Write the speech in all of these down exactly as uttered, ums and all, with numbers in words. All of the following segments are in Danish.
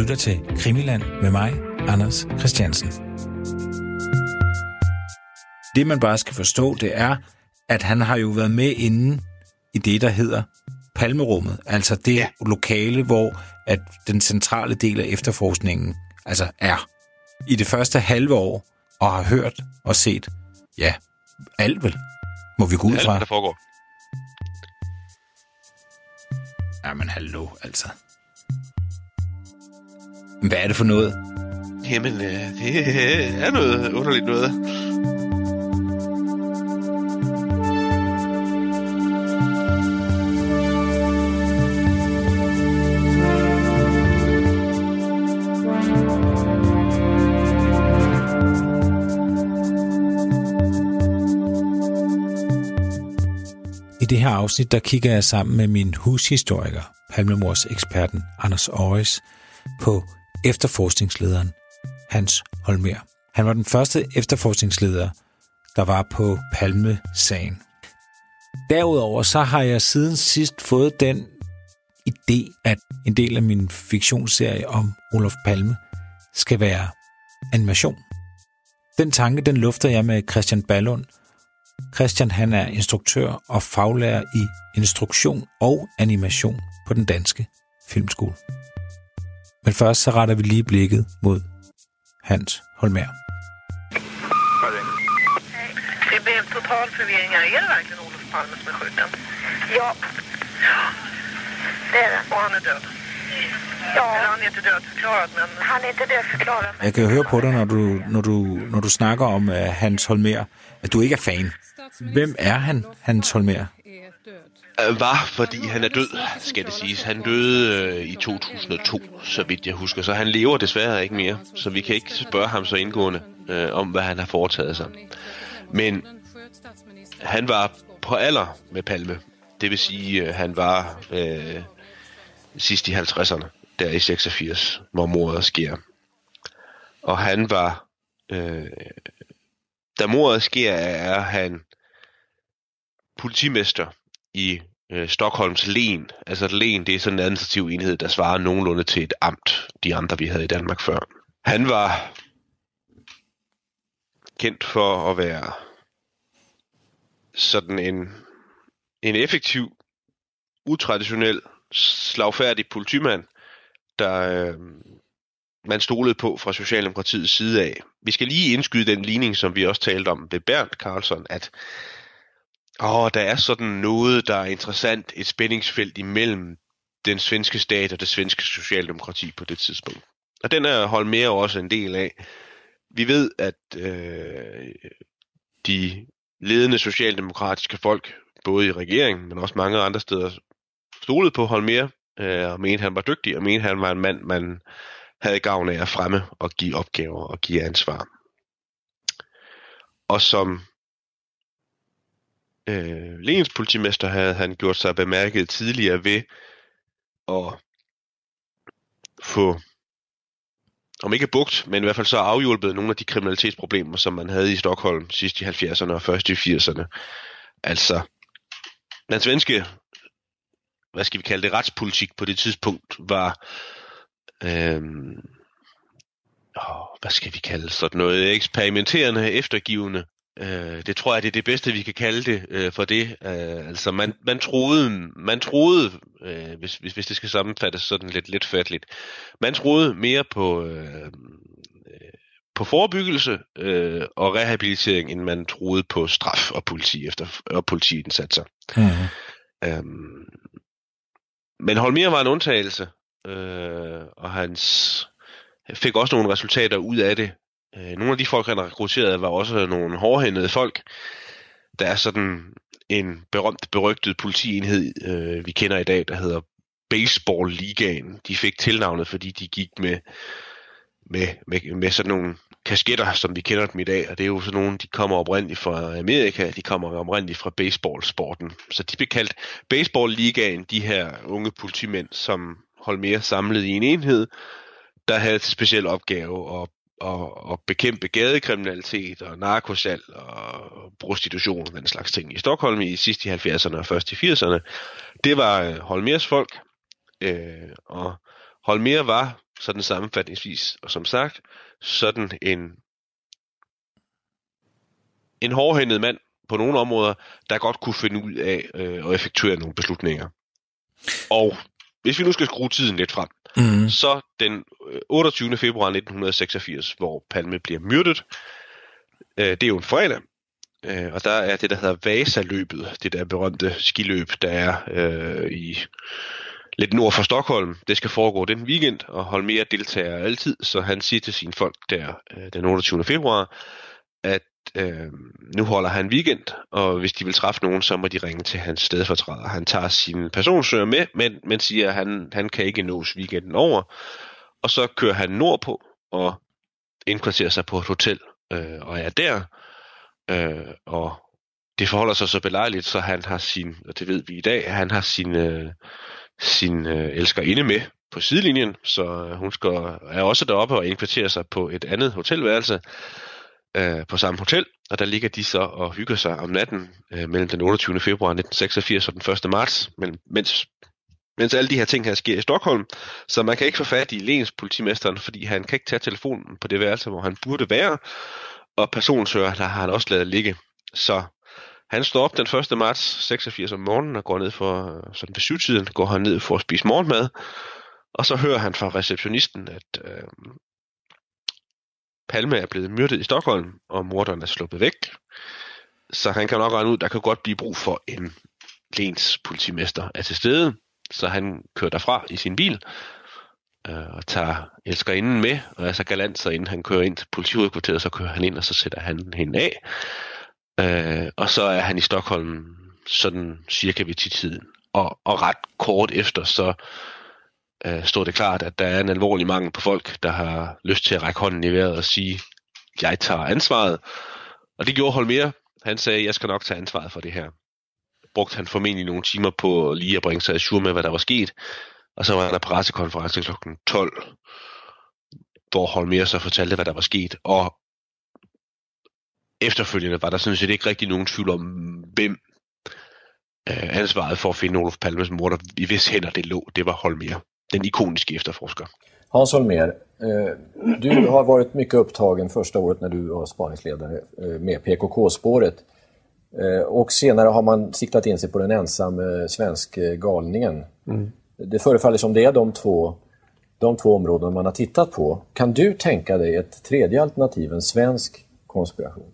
lytter til Krimiland med mig, Anders Christiansen. Det man bare skal forstå, det er, at han har jo været med inde i det, der hedder Palmerummet. Altså det ja. lokale, hvor at den centrale del af efterforskningen altså er. I det første halve år, og har hørt og set, ja, alt vel, må vi gå ud fra. Alt, der foregår. Jamen, hallo, altså. Hvad er det for noget? Jamen, øh, det er noget underligt noget. I det her afsnit, der kigger jeg sammen med min hushistoriker, Palmemordseksperten Anders Oris, på efterforskningslederen Hans Holmér. Han var den første efterforskningsleder, der var på Palme-sagen. Derudover så har jeg siden sidst fået den idé, at en del af min fiktionsserie om Olof Palme skal være animation. Den tanke, den lufter jeg med Christian Ballund. Christian, han er instruktør og faglærer i instruktion og animation på den danske filmskole. Men først så retter vi lige blikket mod Hans Holmér. Det blev total förvirring. Är det verkligen Olof Palme som är skjuten? Ja. Det är det. Och han är död? Ja. Eller han är inte dödförklarad, men... Han är inte dödförklarad. Men... Jeg kan jo høre på dig, når du, når du, når du snakker om uh, Hans Holmér, at du ikke er fan. Hvem er han, Hans Holmér? Var, fordi han er død, skal det siges. Han døde øh, i to tusind og to, så vidt jeg husker. Så han lever desværre ikke mere, så vi kan ikke spørge ham så indgående øh, om, hvad han har foretaget sig. Men han var på alder med Palme. Det vil sige, øh, han var øh, sidst i halvtredserne, der i seksogfirs, hvor mordet sker. Og han var... Øh, da mordet sker, er han politimester i øh, Stockholms län. Altså län, det er sådan en administrativ enhed, der svarer nogenlunde til et amt, de andre vi havde i Danmark før. Han var kendt for at være sådan en, en effektiv, utraditionel, slagfærdig politimand, der øh, man stolede på fra Socialdemokratiets side af. Vi skal lige indskyde den ligning, som vi også talte om ved Bernd Carlson, at åh, der er sådan noget, der er interessant, et spændingsfelt imellem den svenske stat og det svenske socialdemokrati på det tidspunkt. Og den er Holmér også en del af. Vi ved, at øh, de ledende socialdemokratiske folk, både i regeringen, men også mange andre steder, stolede på Holmér øh, og mente, han var dygtig, og mente, han var en mand, man havde gavn af at fremme og give opgaver og give ansvar. Og som øh, lenspolitimester havde han gjort sig bemærket tidligere ved at få, om ikke bugt, men i hvert fald så afhjulpet nogle af de kriminalitetsproblemer, som man havde i Stockholm sidst i halvfjerdserne og først i firserne. Altså, den svenske, hvad skal vi kalde det, retspolitik på det tidspunkt var, øhm, åh, hvad skal vi kalde sådan noget, eksperimenterende, eftergivende. Øh, det tror jeg, det er det bedste, vi kan kalde det øh, for det. Øh, altså, man, man troede, man troede øh, hvis, hvis, hvis det skal sammenfattes sådan lidt, lidt fatligt, man troede mere på, øh, på forebyggelse øh, og rehabilitering, end man troede på straf og politi efter og politiindsatser. Mm-hmm. Øhm, men Holmér var en undtagelse, øh, og hans fik også nogle resultater ud af det. Nogle af de folk, han rekrutterede, var også nogle hårdhændede folk. Der er sådan en berømt, berygtet politienhed, øh, vi kender i dag, der hedder Baseball-ligaen. De fik tilnavnet, fordi de gik med, med, med, med sådan nogle kasketter, som vi kender dem i dag. Og det er jo sådan nogle, de kommer oprindeligt fra Amerika, de kommer oprindeligt fra baseballsporten. Så de blev kaldt Baseball-ligaen, de her unge politimænd, som Holmér samlede i en enhed, der havde til speciel opgave at Og, og bekæmpe gadekriminalitet og narkosalg og prostitution og den slags ting i Stockholm i sidst i halvfjerdserne og først i firserne. Det var øh, Holmérs folk, øh, og Holmér var sådan sammenfatningsvis, og som sagt, sådan en en hårdhændet mand på nogle områder, der godt kunne finde ud af øh, at effektuere nogle beslutninger. Og hvis vi nu skal skrue tiden lidt frem, mm. så den otteogtyvende februar nitten seksogfirs, hvor Palme bliver myrdet, øh, det er jo en fredag, øh, og der er det, der hedder Vasa-løbet, det der berømte skiløb, der er øh, i lidt nord for Stockholm. Det skal foregå den weekend, og Holmér deltager altid, så han siger til sine folk der øh, den otteogtyvende februar, at øh, nu holder han weekend, og hvis de vil træffe nogen, så må de ringe til hans stedfortræder. Han tager sin personsøger med, men, men siger, at han, han kan ikke nås weekenden over, og så kører han nordpå og indkvarterer sig på et hotel, øh, og er der, øh, og det forholder sig så belejligt, så han har sin, og det ved vi i dag, han har sin, øh, sin øh, elskerinde med på sidelinjen, så hun skal, er også deroppe og indkvarterer sig på et andet hotelværelse, på samme hotel, og der ligger de så og hygger sig om natten øh, mellem den otteogtyvende februar nitten seksogfirs og den første marts, men, mens, mens alle de her ting her sker i Stockholm, så man kan ikke få fat i Lens politimesteren, fordi han kan ikke tage telefonen på det værelse, hvor han burde være, og personsøger, der har han også ladet ligge. Så han står op den første marts seksogfirs om morgenen og går ned for, sådan ved syvtiden, går han ned for at spise morgenmad, og så hører han fra receptionisten, at øh, Palme er blevet myrdet i Stockholm, og morderen er sluppet væk. Så han kan nok regne ud, der kan godt blive brug for en Lens politimester er til stede. Så han kører derfra i sin bil, øh, og tager elskerinden med, og er så galant, så inden han kører ind til politihovedkvarteret, så kører han ind, og så sætter han hende af. Øh, og så er han i Stockholm sådan cirka ved tiden. Og, og ret kort efter, så Uh, står det klart, at der er en alvorlig mangel på folk, der har lyst til at række hånden i vejret og sige, jeg tager ansvaret. Og det gjorde Holmér. Han sagde, jeg skal nok tage ansvaret for det her. Brugte han formentlig nogle timer på lige at bringe sig assur med, hvad der var sket. Og så var der pressekonference klokken tolv, hvor Holmér så fortalte, hvad der var sket. Og efterfølgende var der sådan set ikke rigtig nogen tvivl om, hvem uh, ansvaret for at finde Olof Palmes morder, i hvis hænder det lå. Det var Holmér. Den ikoniske efterforsker. Hans Holmér, du har varit mycket upptagen första året när du var spaningsledare med P K K-spåret. Och senare har man siktat in sig på den ensamme svensk galningen. Mm. Det förefaller som det är de två, de två områden man har tittat på. Kan du tänka dig ett tredje alternativ, en svensk konspiration?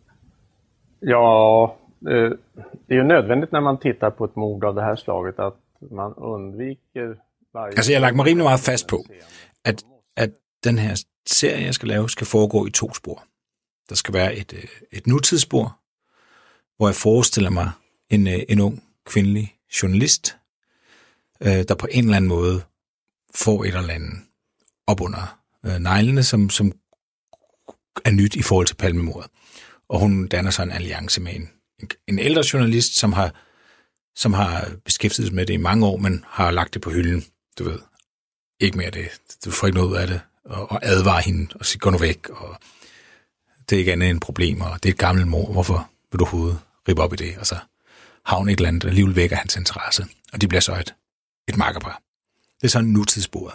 Ja, det är ju nödvändigt när man tittar på ett mord av det här slaget att man undviker. Altså, jeg har lagt mig rimelig meget fast på, at, at den her serie, jeg skal lave, skal foregå i to spor. Der skal være et, et nutidsspor, hvor jeg forestiller mig en, en ung kvindelig journalist, der på en eller anden måde får et eller andet op under neglene, som, som er nyt i forhold til Palmemordet. Og hun danner så en alliance med en, en ældre journalist, som har, som har beskæftiget sig med det i mange år, men har lagt det på hylden. Du ved, ikke mere det. Du får ikke noget ud af det, og, og advarer hende, og siger, gå nu væk, og det er ikke andet end problemer, og det er et gammelt mor, hvorfor vil du overhovedet rippe op i det, og så har hun et eller andet, der alligevel vækker hans interesse, og det bliver så et, et makkerpar. Det er sådan nutidssporet.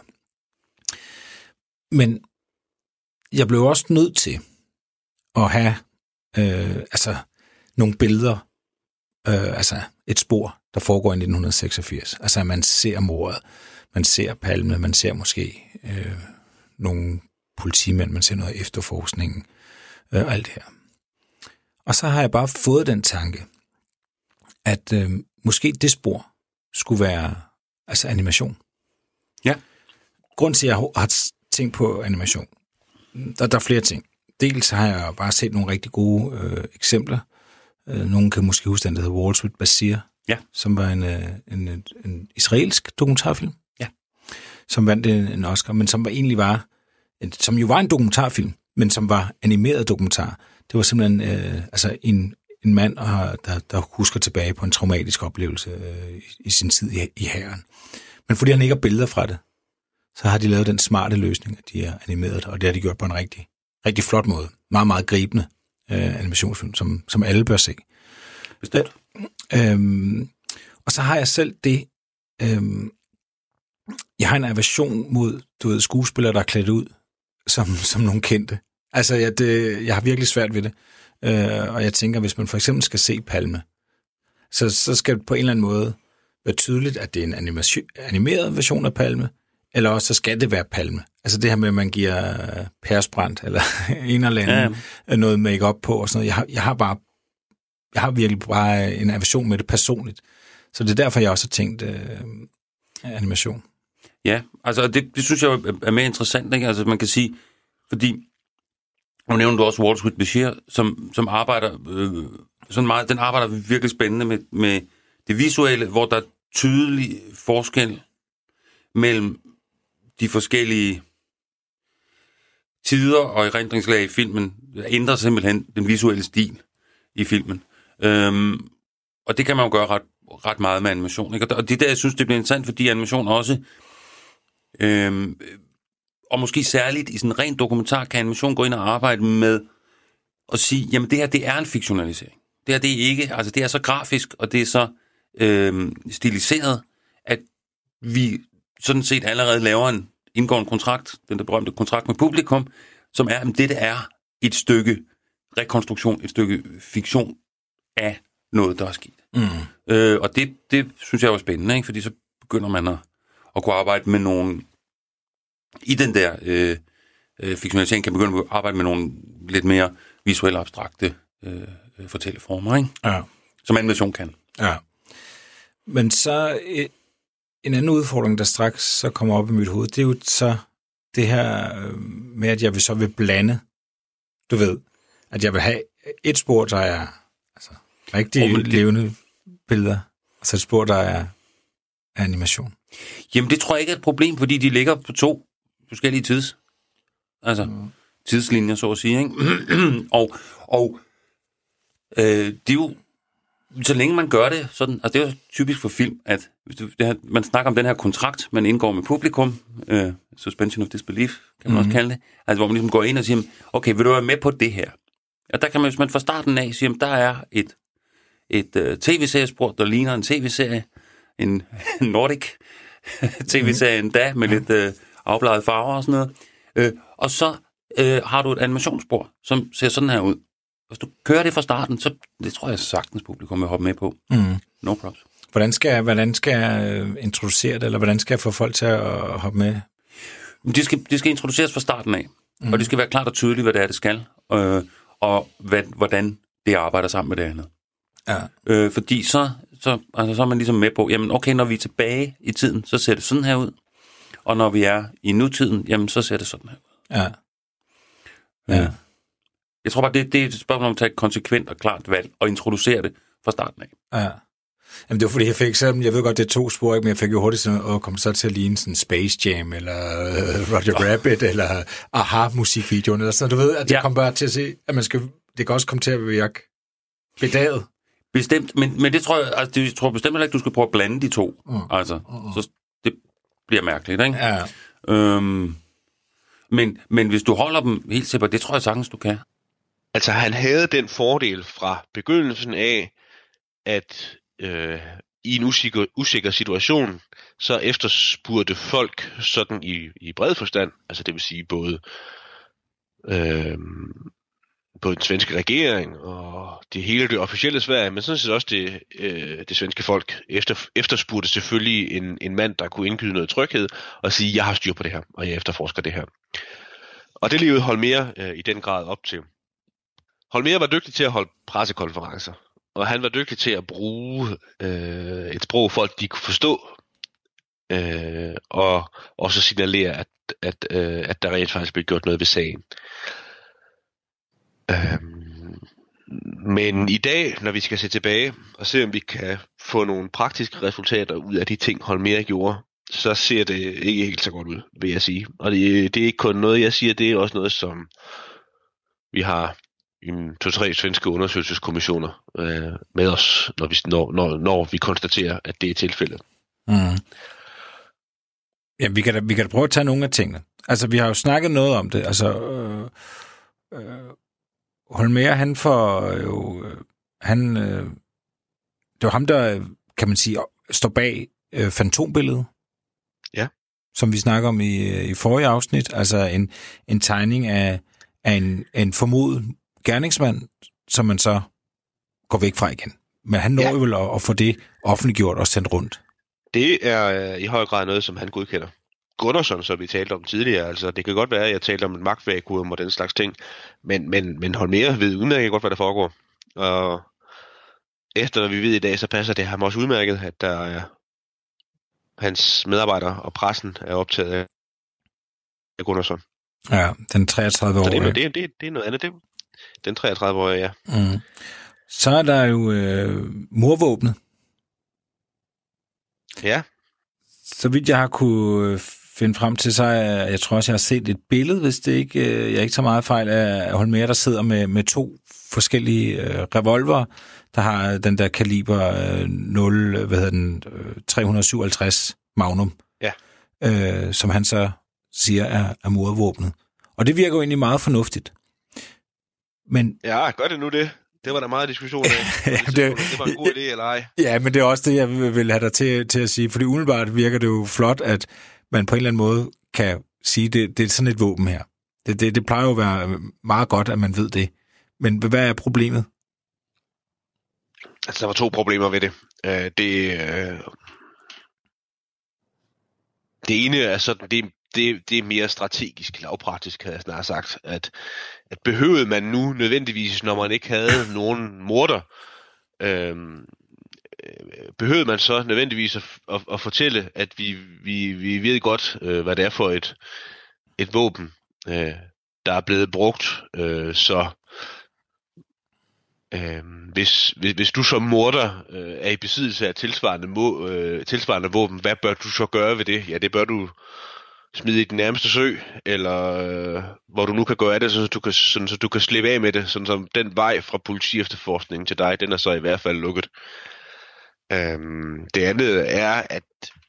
Men jeg blev også nødt til at have øh, altså nogle billeder, øh, altså et spor, der foregår i nitten seksogfirs. Altså, at man ser mordet, man ser Palme, man ser måske øh, nogle politimænd, man ser noget af efterforskningen, øh, og alt det her. Og så har jeg bare fået den tanke, at øh, måske det spor skulle være altså animation. Ja. Grunden til, at jeg har tænkt på animation, der, der er flere ting. Dels har jeg bare set nogle rigtig gode øh, eksempler. Øh, nogle kan måske huske den, der hedder Wall Street Bazaar, ja. Som var en, en, en israelsk dokumentarfilm, ja. Som vandt en, en Oscar, men som var egentlig var, som jo var en dokumentarfilm, men som var animeret dokumentar. Det var simpelthen øh, altså en, en mand, der, der husker tilbage på en traumatisk oplevelse øh, i, i sin tid i, i hæren. Men fordi han ikke har billeder fra det, så har de lavet den smarte løsning, at de er animeret, og det har de gjort på en rigtig, rigtig flot måde. Meget, meget gribende øh, animationsfilm, som, som alle bør se. Bestemt. Øhm, og så har jeg selv det, øhm, jeg har en aversion mod, du ved, skuespillere, der er klædt ud som, som nogle kendte. Altså, jeg, det, jeg har virkelig svært ved det. Øh, og jeg tænker, hvis man for eksempel skal se Palme, så, så skal det på en eller anden måde være tydeligt, at det er en animation, animeret version af Palme, eller også så skal det være Palme. Altså det her med, at man giver pæresbrændt, eller en eller anden ja. noget make-up på, og sådan noget. Jeg har, jeg har bare, jeg har virkelig bare en aversion med det personligt. Så det er derfor, jeg også har tænkt øh, animation. Ja, altså det, det synes jeg er mere interessant, ikke? Altså man kan sige, fordi, nu nævner du også Walter Bashir, som, som arbejder, øh, sådan meget, den arbejder virkelig spændende med, med det visuelle, hvor der er tydelig forskel mellem de forskellige tider og erindringslag i filmen. Der ændrer simpelthen den visuelle stil i filmen. Øhm, og det kan man jo gøre ret, ret meget med animation. Ikke? Og det der, jeg synes, det bliver interessant, fordi animation også, øhm, og måske særligt i sådan en ren dokumentar, kan animation gå ind og arbejde med at sige, jamen det her, det er en fiktionalisering. Det her, det er ikke, altså det er så grafisk, og det er så øhm, stiliseret, at vi sådan set allerede laver en, indgår en kontrakt, den der berømte kontrakt med publikum, som er, at det er et stykke rekonstruktion, et stykke fiktion af noget, der er sket. Mm. Øh, og det, det synes jeg var spændende, ikke? Fordi så begynder man at, at kunne arbejde med nogle, i den der øh, øh, fiktionalisering, kan man begynde at arbejde med nogle lidt mere visuelle, abstrakte øh, fortælleformer, ikke? Ja. Som animation kan. Ja. Men så øh, en anden udfordring, der straks så kommer op i mit hoved, det er jo så det her øh, med, at jeg vil så vil blande, du ved, at jeg vil have et spor, der er altså, rigtig oh, levende billeder, og så et spor, der er animation. Jamen, det tror jeg ikke er et problem, fordi de ligger på to forskellige tids, altså mm. tidslinjer, så at sige, ikke? og og øh, det er jo, så længe man gør det sådan, altså det er jo typisk for film, at hvis du, det her, man snakker om den her kontrakt, man indgår med publikum, øh, suspension of disbelief, kan man mm. også kalde det, altså hvor man ligesom går ind og siger, okay, vil du være med på det her? Og der kan man, hvis man fra starten af siger, der er et, et uh, tv-seriespor, der ligner en tv-serie, en Nordic tv-serie endda, med lidt uh, afbladede farver og sådan noget. Øh, og så uh, har du et animationsspor, som ser sådan her ud. Hvis du kører det fra starten, så det tror jeg sagtens publikum vil hoppe med på. Mm. No props. Hvordan skal jeg, hvordan skal jeg introducere det, eller hvordan skal jeg få folk til at hoppe med? Det skal, det skal introduceres fra starten af, mm. og det skal være klart og tydeligt, hvad det er, det skal, øh, og hvad, hvordan det arbejder sammen med det andet. Ja. Øh, fordi så, så, altså, så er man ligesom med på, jamen okay, når vi er tilbage i tiden, så ser det sådan her ud, og når vi er i nutiden, jamen så ser det sådan her ud. Ja. Ja. Øh. Jeg tror bare, det, det er et spørgsmål om at tage et konsekvent og klart valg, og introducere det fra starten af. Ja. Jamen det var fordi, jeg fik selv, jeg ved godt, det er to spor, ikke? Men jeg fik jo hurtigt sådan, at komme så til at ligne sådan Space Jam, eller uh, Roger ja. Rabbit, eller Aha-musikvideoen, eller sådan, du ved, at det ja. kom bare til at se, at man skal, det kan også komme til at virke bedaget. Bestemt, men, men det tror jeg, altså, det tror jeg bestemt ikke, du skal prøve at blande de to, mm. altså, mm. så det bliver mærkeligt, ikke? Ja. Øhm, men, men hvis du holder dem helt sikkert, det tror jeg sagtens, du kan. Altså, han havde den fordel fra begyndelsen af, at øh, i en usikker, usikker situation, så efterspurgte folk sådan i, i bred forstand, altså det vil sige både, øh, både den svenske regering og det hele det officielle Sverige, men sådan set også det, øh, det svenske folk efter, efterspurgte selvfølgelig en, en mand, der kunne indgyde noget tryghed og sige, jeg har styr på det her, og jeg efterforsker det her. Og det levede Holmér øh, i den grad op til. Holmér var dygtig til at holde pressekonferencer, og han var dygtig til at bruge øh, et sprog, folk de kunne forstå, øh, og også signalere, at, at, øh, at der rent faktisk blev gjort noget ved sagen. Øh, men i dag, når vi skal se tilbage og se, om vi kan få nogle praktiske resultater ud af de ting, Holmér gjorde, så ser det ikke helt så godt ud, vil jeg sige. Og det, det er ikke kun noget, jeg siger, det er også noget, som vi har en to-tre svenske undersøgelseskommissioner øh, med os, når vi, når, når, når vi konstaterer, at det er tilfældet. Mm. Ja, vi kan, da, vi kan da prøve at tage nogle af tingene. Altså, vi har jo snakket noget om det. Altså, øh, øh, Holmér, han får jo... Øh, han, øh, det var ham, der, kan man sige, står bag øh, fantombilledet. Ja. som vi snakker om i, i forrige afsnit, altså en, en tegning af, af en, en formodet gerningsmand, som man så går væk fra igen. Men han når jo ja. vel at, at få det offentliggjort og sendt rundt. Det er i høj grad noget, som han godkender. Gunnarsson, som vi talte om tidligere, altså det kan godt være, at jeg talte om en magtvakuum og den slags ting, men, men, men Holmér ved udmærket godt, hvad der foregår. Og efter hvad vi ved i dag, så passer det ham også udmærket, at der er hans medarbejdere og pressen er optaget af Gunnarsson. Ja, den treogtredive-årige. Så det, det, det, det er noget andet, det. Den treogtredive-årige, ja. Mm. Så er der jo øh, mordvåbnet. Ja. Så vidt jeg har kunne finde frem til, så er, jeg tror også, jeg har set et billede, hvis det ikke, øh, jeg ikke tager meget fejl, af Holmér, der sidder med, med to forskellige øh, revolver, der har den der kaliber øh, nul, hvad hedder den, øh, tre syvoghalvtreds Magnum, ja. øh, som han så siger er, er mordvåbnet. Og det virker jo egentlig meget fornuftigt. Men, ja, gør det nu det. Det var der meget diskussion af. ja, det, det var en god idé, eller ej? Ja, men det er også det, jeg vil have dig til, til at sige. Fordi umiddelbart virker det jo flot, at man på en eller anden måde kan sige, at det, det er sådan et våben her. Det, det, det plejer jo at være meget godt, at man ved det. Men hvad er problemet? Altså, der var to problemer ved det. Uh, det, uh... det ene er sådan, det, det, det er mere strategisk, lavpraktisk, havde jeg snart sagt, at, at behøvede man nu nødvendigvis, når man ikke havde nogen morder, øhm, behøvede man så nødvendigvis at, at, at fortælle, at vi, vi, vi ved godt, øh, hvad det er for et, et våben, øh, der er blevet brugt, øh, så øh, hvis, hvis, hvis du som morder øh, er i besiddelse af tilsvarende, må, øh, tilsvarende våben, hvad bør du så gøre ved det? Ja, det bør du smide i den nærmeste sø, eller øh, hvor du nu kan gøre det, så du kan, sådan, så du kan slippe af med det, sådan som den vej fra politi-efterforskningen til dig, den er så i hvert fald lukket. Øhm, det andet er, at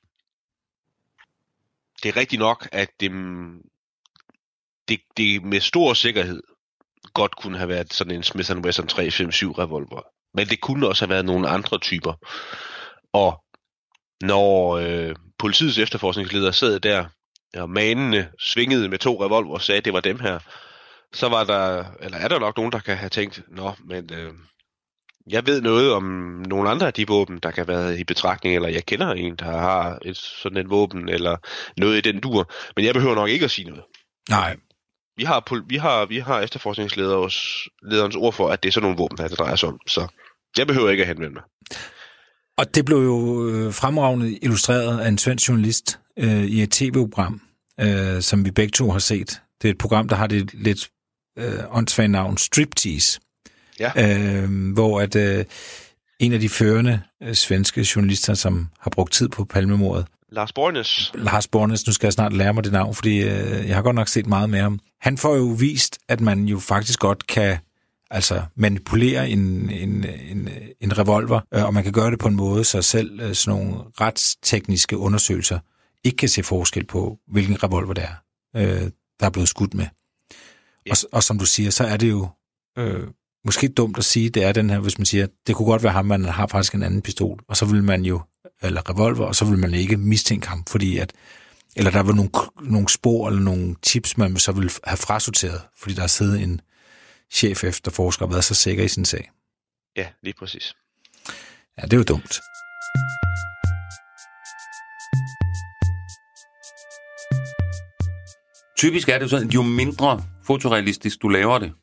det er rigtigt nok, at det, det, det med stor sikkerhed godt kunne have været sådan en Smith and Wesson tre fem syv revolver, men det kunne også have været nogle andre typer. Og når øh, politiets efterforskningsleder sad der, og manene svingede med to revolver og sagde, at det var dem her, så var der, eller er der nok nogen, der kan have tænkt, nå, men øh, jeg ved noget om nogle andre af de våben, der kan være i betragtning, eller jeg kender en, der har et sådan et våben, eller noget i den dur, men jeg behøver nok ikke at sige noget. Nej. Vi har, vi har, vi har efterforskningslederens ord for, at det er sådan nogle våben, der det drejer sig om, så jeg behøver ikke at henvende mig. Og det blev jo fremragende illustreret af en svensk journalist øh, i et tv-program, øh, som vi begge to har set. Det er et program, der har det lidt øh, åndssvagt navn, Striptease. Ja. Øh, hvor at øh, en af de førende øh, svenske journalister, som har brugt tid på Palmemordet, Lars Borgnes. Lars Borgnes, nu skal jeg snart lære mig det navn, fordi øh, jeg har godt nok set meget med ham. Han får jo vist, at man jo faktisk godt kan altså manipulere en, en, en, en revolver, øh, og man kan gøre det på en måde, så selv øh, sådan nogle retstekniske undersøgelser ikke kan se forskel på, hvilken revolver det er, øh, der er blevet skudt med. Ja. Og, og som du siger, så er det jo øh, måske dumt at sige, det er den her, hvis man siger, det kunne godt være ham, man har faktisk en anden pistol, og så vil man jo, eller revolver, og så vil man ikke mistænke ham, fordi at, eller der var nogle, nogle spor eller nogle tips, man så vil have frasorteret, fordi der er siddet en chef efterforsker og været så sikker i sin sag. Ja, lige præcis. Ja, det er jo dumt. Typisk er det jo sådan, at jo mindre fotorealistisk du laver det,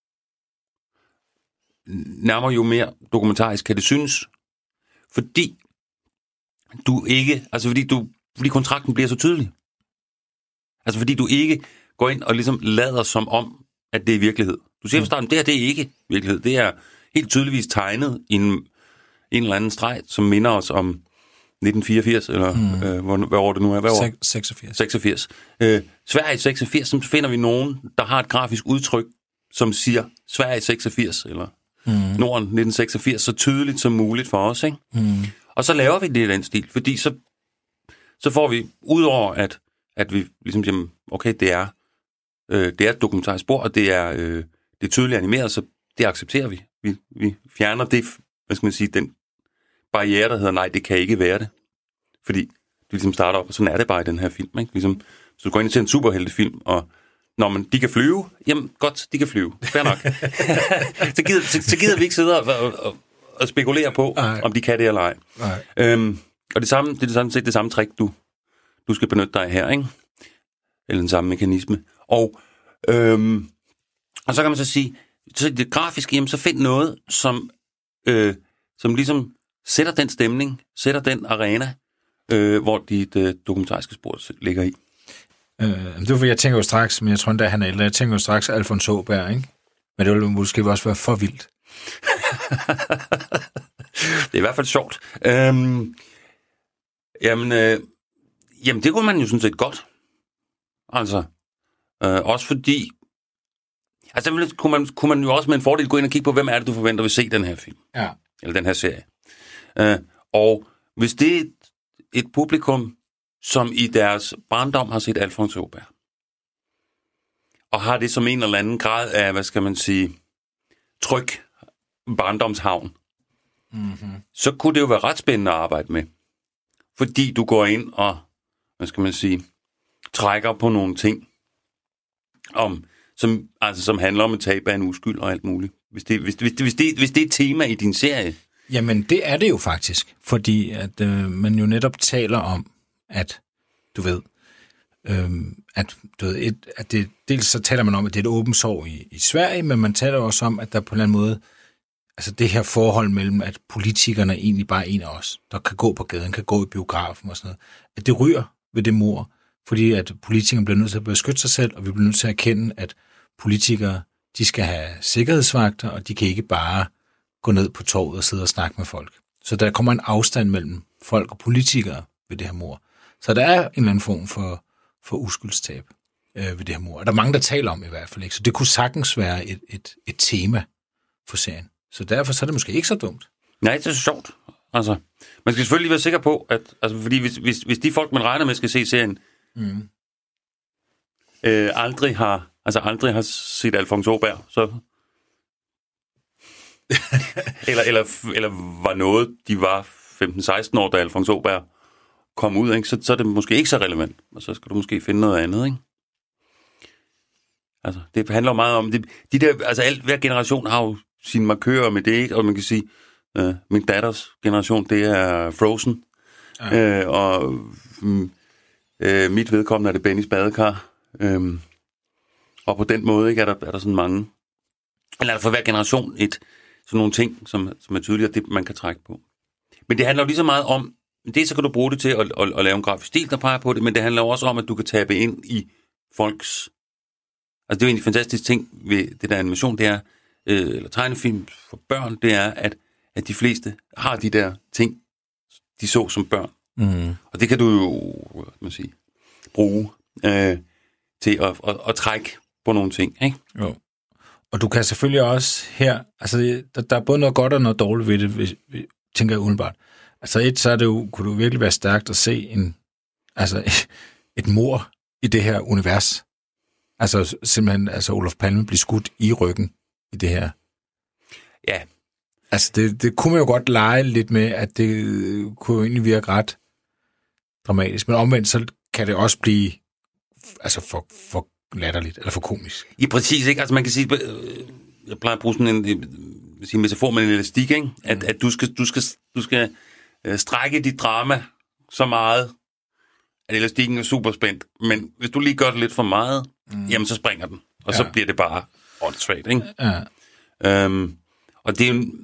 nærmere jo mere dokumentarisk kan det synes. Fordi du ikke, altså fordi du, fordi kontrakten bliver så tydelig. Altså fordi du ikke går ind og ligesom lader som om, at det er virkelighed. Du siger fra starten, det her det er ikke virkelighed. Det er helt tydeligvis tegnet i en, en eller anden streg, som minder os om nitten fireogfirs, eller mm. øh, hvor, hvad år det nu er? Hvad år? seksogfirs. seksogfirs. Øh, Sverige seksogfirs, så finder vi nogen, der har et grafisk udtryk, som siger Sverige seksogfirs, eller mm. Norden nitten seksogfirs, så tydeligt som muligt for os, ikke? Mm. Og så laver vi det i den stil, fordi så, så får vi, udover at, at vi ligesom siger, okay, det er, øh, det er et dokumentarisk spor, og det er, øh, det er tydeligt animeret, så det accepterer vi. vi. Vi fjerner det, hvad skal man sige, den barriere, der hedder, nej, det kan ikke være det. Fordi ligesom starter op, og sådan er det bare i den her film, ikke? Ligesom, så du går ind til en superheltefilm, og når man, de kan flyve, jamen godt, de kan flyve, fair nok. så, gider, så, så gider vi ikke sidde og, og, og, og spekulere på, Ej. om de kan det eller ej. Øhm, og det, samme, det er det samme, det samme trick, du, du skal benytte dig af her, ikke? Eller den samme mekanisme. Og, øhm, og så kan man så sige, så det grafiske, jamen så find noget, som, øh, som ligesom sætter den stemning, sætter den arena, øh, hvor dit øh, dokumentariske spor ligger i. Øh, det er fordi, jeg tænker jo straks, men jeg tror endda, han er ældre, jeg tænker jo straks Alfons Åberg, ikke? Men det ville måske også være for vildt. Det er i hvert fald sjovt. Øhm, jamen, øh, jamen, det kunne man jo sådan set godt. Altså, øh, også fordi, altså kunne man, kunne man jo også med en fordel gå ind og kigge på, hvem er det, du forventer vil se den her film? Ja. Eller den her serie. Øh, og hvis det er et, et publikum, som i deres barndom har set Alfons Åberg, og har det som en eller anden grad af, hvad skal man sige, tryg barndomshavn, mm-hmm. så kunne det jo være ret spændende at arbejde med. Fordi du går ind og, hvad skal man sige, trækker på nogle ting, om, som, altså, som handler om et tab af en uskyld og alt muligt. Hvis det, hvis, hvis, hvis, det, hvis det er et tema i din serie. Jamen, det er det jo faktisk. Fordi at øh, man jo netop taler om, at du ved, øh, at, du ved et, at det, dels så taler man om, at det er et åbent sår i, i Sverige, men man taler også om, at der på en eller anden måde, altså det her forhold mellem, at politikerne er egentlig bare en af os, der kan gå på gaden, kan gå i biografen og sådan noget, at det ryger ved det mord, fordi at politikerne bliver nødt til at beskytte sig selv, og vi bliver nødt til at erkende, at politikere, de skal have sikkerhedsvagter, og de kan ikke bare gå ned på torvet og sidde og snakke med folk. Så der kommer en afstand mellem folk og politikere ved det her mord. Så der er en eller anden form for, for uskyldstab øh, ved det her mord. Og der er mange, der taler om i hvert fald ikke. Så det kunne sagtens være et, et, et tema for serien. Så derfor så er det måske ikke så dumt. Nej, det er så sjovt. Altså, man skal selvfølgelig være sikker på, at altså, fordi hvis, hvis, hvis de folk, man regner med, skal se serien, mm. øh, aldrig har altså aldrig har set Alfons Åberg, så eller, eller, eller var noget, de var femten seksten år, da Alfons Åberg kom ud, ikke? Så, så er det måske ikke så relevant, og så skal du måske finde noget andet, ikke? Altså, det handler meget om, det, de der, altså alt, hver generation har jo sine markører med det, ikke? Og man kan sige, øh, min datters generation, det er Frozen, ja. øh, og øh, mit vedkommende er det Bennys badekar, øh, og på den måde, ikke, er der, er der sådan mange, eller er der for hver generation et, sådan nogle ting, som, som er tydeligt, det man kan trække på. Men det handler jo lige så meget om, det så kan du bruge det til at, at, at lave en grafisk stil, der peger på det, men det handler også om, at du kan tabe ind i folks, altså det er jo en fantastisk ting ved det der animation, det er, øh, eller tegnefilm for børn, det er, at, at de fleste har de der ting, de så som børn. Mm. Og det kan du jo, hvad skal man sige, bruge øh, til at, at, at trække på nogle ting, ikke? Jo. Og du kan selvfølgelig også her, altså der, der er både noget godt og noget dårligt ved det, hvis, tænker jeg umiddelbart. Altså et, så er det jo, kunne det virkelig være stærkt at se en, altså et mord i det her univers. Altså simpelthen, altså Olof Palme bliver skudt i ryggen i det her. Ja. Altså det, det kunne man jo godt lege lidt med, at det kunne jo egentlig virke ret dramatisk. Men omvendt, så kan det også blive altså for, for latterligt, eller for komisk. Ja, præcis, ikke? Altså man kan sige, jeg plejer at bruge sådan en, en metafor med en elastik, ikke? At, mm. at du skal, du skal, du skal strække dit drama så meget, at elastikken er super spændt. Men hvis du lige gør det lidt for meget, mm. jamen så springer den. Og ja. Så bliver det bare åndssvagt, ikke? Ja. Øhm, og det er jo...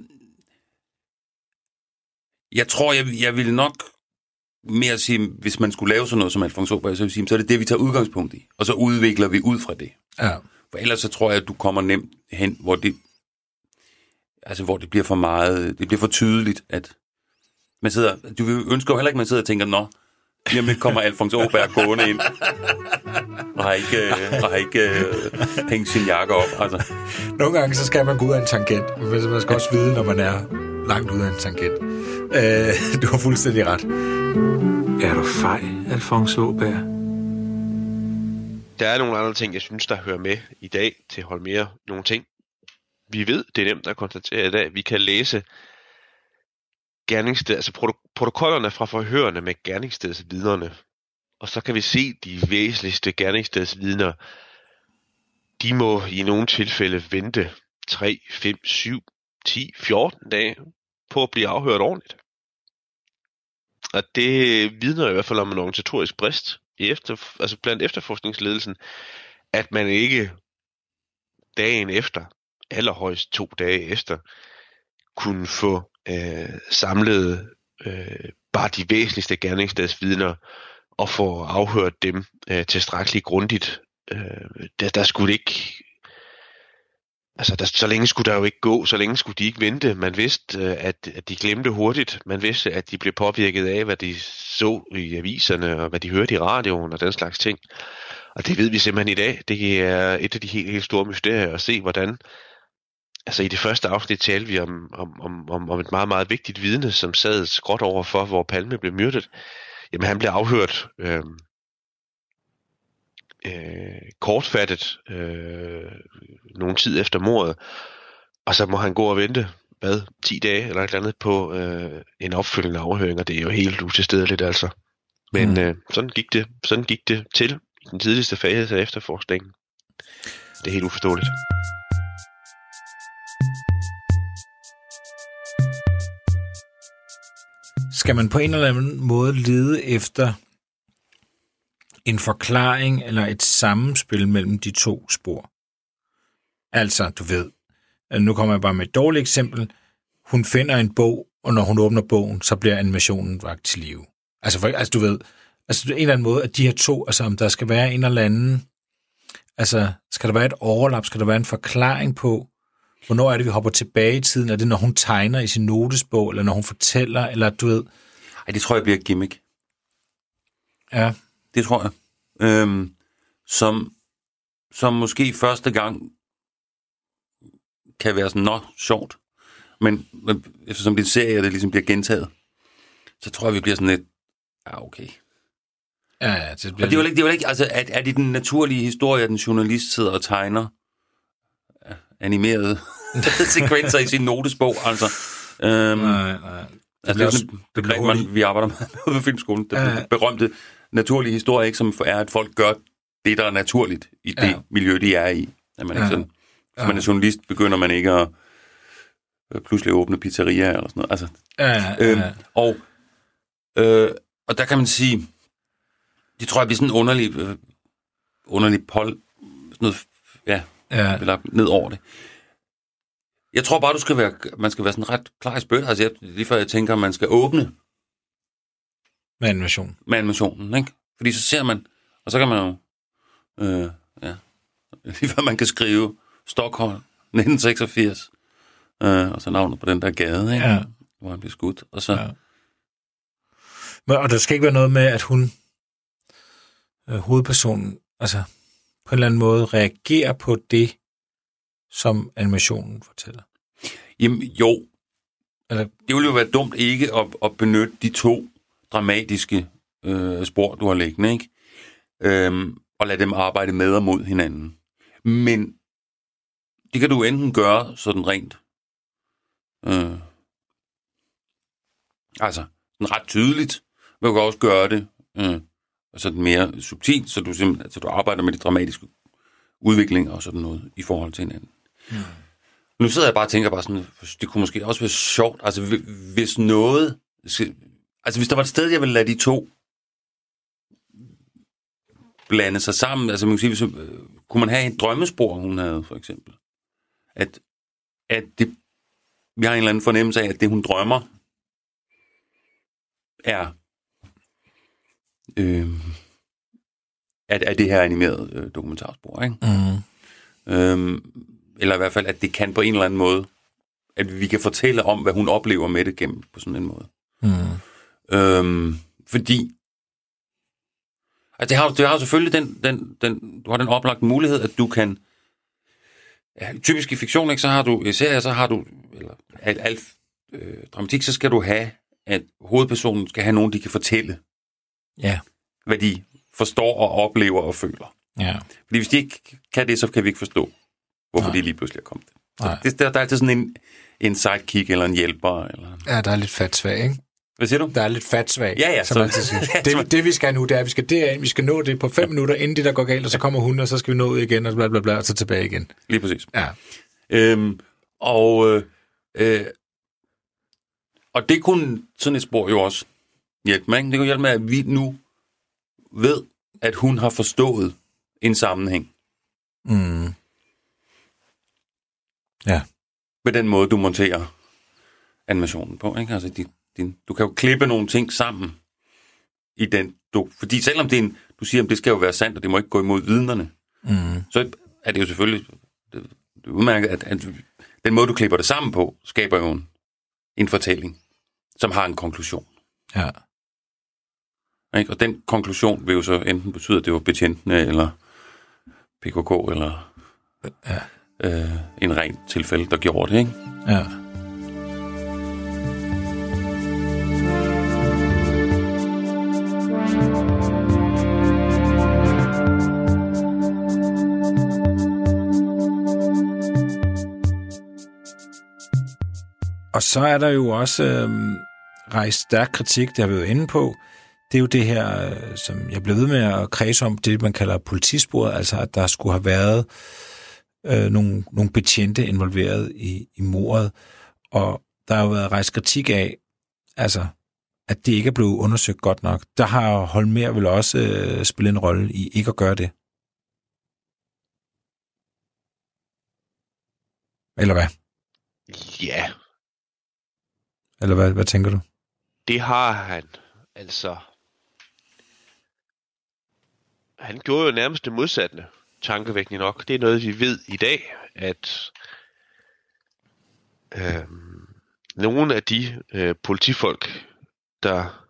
Jeg tror, jeg, jeg ville nok mere sige, hvis man skulle lave sådan noget som Alfons Åberg, så, sige, så er det det, vi tager udgangspunkt i. Og så udvikler vi ud fra det. Ja. For ellers så tror jeg, at du kommer nemt hen, hvor det, altså, hvor det bliver for meget, det bliver for tydeligt, at man sidder, du ønsker jo heller ikke, at man sidder og tænker, nå, lige om lidt kommer Alfons Åberg gående ind, og har ikke, og har ikke uh, hængt sin jakke op. Altså. Nogle gange, så skal man gå ud af en tangent. Man skal også vide, når man er langt ud af en tangent. Uh, du har fuldstændig ret. Er du fej, Alfons Åberg? Der er nogle andre ting, jeg synes, der hører med i dag til at holde mere nogle ting. Vi ved, det er nemt at konstatere i dag, vi kan læse gerningssted, altså produ- protokollerne fra forhørene med gerningsstedsvidnerne, og så kan vi se de væsentligste gerningsstedsvidner. De må i nogle tilfælde vente tre, fem, syv, ti, fjorten dage på at blive afhørt ordentligt. Og det vidner i hvert fald om en organisatorisk brist i efter, altså blandt efterforskningsledelsen, at man ikke dagen efter, allerhøjst to dage efter, kunne få øh, samlet øh, bare de væsentligste gerningsstedsvidner og få afhørt dem øh, tilstrækkeligt grundigt. Øh, der, der skulle ikke, altså der, så længe skulle der jo ikke gå, så længe skulle de ikke vente. Man vidste, øh, at, at de glemte hurtigt. Man vidste, at de blev påvirket af, hvad de så i aviserne og hvad de hørte i radioen og den slags ting. Og det ved vi simpelthen i dag. Det er et af de helt, helt store mysterier at se, hvordan. Altså i det første afsnit talte vi om, om, om, om et meget, meget vigtigt vidne, som sad skråt over for, hvor Palme blev myrdet. Jamen han blev afhørt øh, øh, kortfattet øh, nogen tid efter mordet, og så må han gå og vente, hvad, ti dage eller et eller andet på øh, en opfølgende afhøring, og det er jo helt utilstedeligt altså. Men mm. øh, sådan, gik det, sådan gik det til i den tidligste fase af efterforskningen. Det er helt uforståeligt. Skal man på en eller anden måde lede efter en forklaring eller et sammenspil mellem de to spor? Altså, du ved, nu kommer jeg bare med et dårligt eksempel. Hun finder en bog, og når hun åbner bogen, så bliver animationen vakt til live. Altså, for, altså du ved, altså en eller anden måde, at de her to, altså om der skal være en eller anden, altså skal der være et overlap, skal der være en forklaring på, hvornår er det, vi hopper tilbage i tiden? Er det, når hun tegner i sin notesbog, eller når hun fortæller, eller du ved? Ej, det tror jeg bliver et gimmick. Ja. Det tror jeg. Øhm, som, som måske første gang kan være sådan, nå, sjovt. Men, men eftersom det er en serie, det ligesom bliver gentaget, så tror jeg, vi bliver sådan lidt, ja, okay. Ja, ja. Det bliver og det er jo ikke, det er jo ikke, altså, er, er det den naturlige historie, at en journalist sidder og tegner animerede sekvenser i sin notesbog, altså. Øhm, nej, nej. Det altså, det er også, sådan et begreb, man, vi arbejder med på Filmskolen. Det ja. berømte naturlige historie, ikke, som er, at folk gør det, der er naturligt i det ja. miljø, de er i. At man ja. ikke sådan, hvis ja. man er journalist, begynder man ikke at øh, pludselig åbne pizzerier eller sådan noget. Altså, ja, ja, ja. Øhm, og, øh, og der kan man sige, det tror jeg bliver sådan en underlig, øh, underlig pol, sådan noget, ja, ja. eller ned over det. Jeg tror bare, du skal være, man skal være sådan ret klar i spyt. Altså, jeg, lige før jeg tænker, at man skal åbne med animation. Med animationen, ikke? Fordi så ser man, og så kan man jo, øh, ja, lige før man kan skrive Stockholm nitten seksogfirs, øh, og så navnet på den der gade, ikke? Ja. Hvor han bliver skudt, og så... Ja. Men, og der skal ikke være noget med, at hun, øh, hovedpersonen, altså på en eller anden måde reagerer på det, som animationen fortæller. Jamen, jo. Eller, det ville jo være dumt ikke at, at benytte de to dramatiske øh, spor, du har liggende, ikke? Øhm, og lade dem arbejde med og mod hinanden. Men det kan du enten gøre sådan rent øh, altså sådan ret tydeligt, men du kan også gøre det øh, sådan mere subtilt, så du simpelthen, altså, du arbejder med de dramatiske udviklinger og sådan noget i forhold til hinanden. Mm. Nu sidder jeg bare og tænker bare sådan, det kunne måske også være sjovt, altså hvis noget, altså hvis der var et sted, jeg ville lade de to blande sig sammen, altså man kan sige, hvis, øh, kunne man have et drømmespor, hun havde for eksempel, at, at det, vi har en eller anden fornemmelse af, at det hun drømmer er øh, at, at det her animerede øh, dokumentarspor, ikke? Mm. Øhm, eller i hvert fald, at det kan på en eller anden måde, at vi kan fortælle om, hvad hun oplever med det gennem på sådan en måde. Mm. Øhm, fordi altså det har, det har selvfølgelig den, den, den, du har den oplagte mulighed, at du kan, ja, typisk i fiktion, ikke, så har du, i serier, så har du, eller alt, alt øh, dramatik, så skal du have, at hovedpersonen skal have nogen, de kan fortælle, ja, hvad de forstår og oplever og føler. Ja. Fordi hvis de ikke kan det, så kan vi ikke forstå, hvorfor Nej. de lige pludselig er kommet. Det, der, der er altid sådan en, en sidekick eller en hjælper. Eller... Ja, der er lidt fat svag, ikke? Hvad siger du? Der er lidt fatsvag, ja, ja, som så... man altid siger. Det, det vi skal nu, det er, at vi skal derind, vi skal nå det på fem ja. minutter, inden det der går galt, og så kommer hun, og så skal vi nå ud igen, og bla bla bla, og så tilbage igen. Lige præcis. Ja. Øhm, og, øh, øh, og det kunne sådan et spor jo også hjælpe med. Det kunne hjælpe med, at vi nu ved, at hun har forstået en sammenhæng. Mm. Ja. Med den måde, du monterer animationen på. Ikke? Altså, din, din, du kan jo klippe nogle ting sammen i den. Du, fordi selvom det er en, du siger, at det skal jo være sandt, og det må ikke gå imod vidnerne, mm. så er det jo selvfølgelig det, det er udmærket, at, at den måde, du klipper det sammen på, skaber jo en, en fortælling, som har en konklusion. Ja. Ikke? Og den konklusion vil jo så enten betyde, at det var betjentene, eller P K K, eller ja. øh, en ren tilfælde, der gjorde det, ikke? Ja. Og så er der jo også øh, rejst stærk kritik, det har vi jo inde på. Det er jo det her, øh, som jeg blev ved med at kredse om, det man kalder politisporet, altså at der skulle have været øh, nogle, nogle betjente involveret i, i mordet. Og der har jo været rejst kritik af, altså, at det ikke er blevet undersøgt godt nok. Der har Holmér vel også øh, spillet en rolle i ikke at gøre det. Eller hvad? Ja. Eller hvad, hvad tænker du? Det har han. Altså, han gjorde jo nærmest det modsatte, tankevækkende nok. Det er noget, vi ved i dag, at øh, nogle af de øh, politifolk, der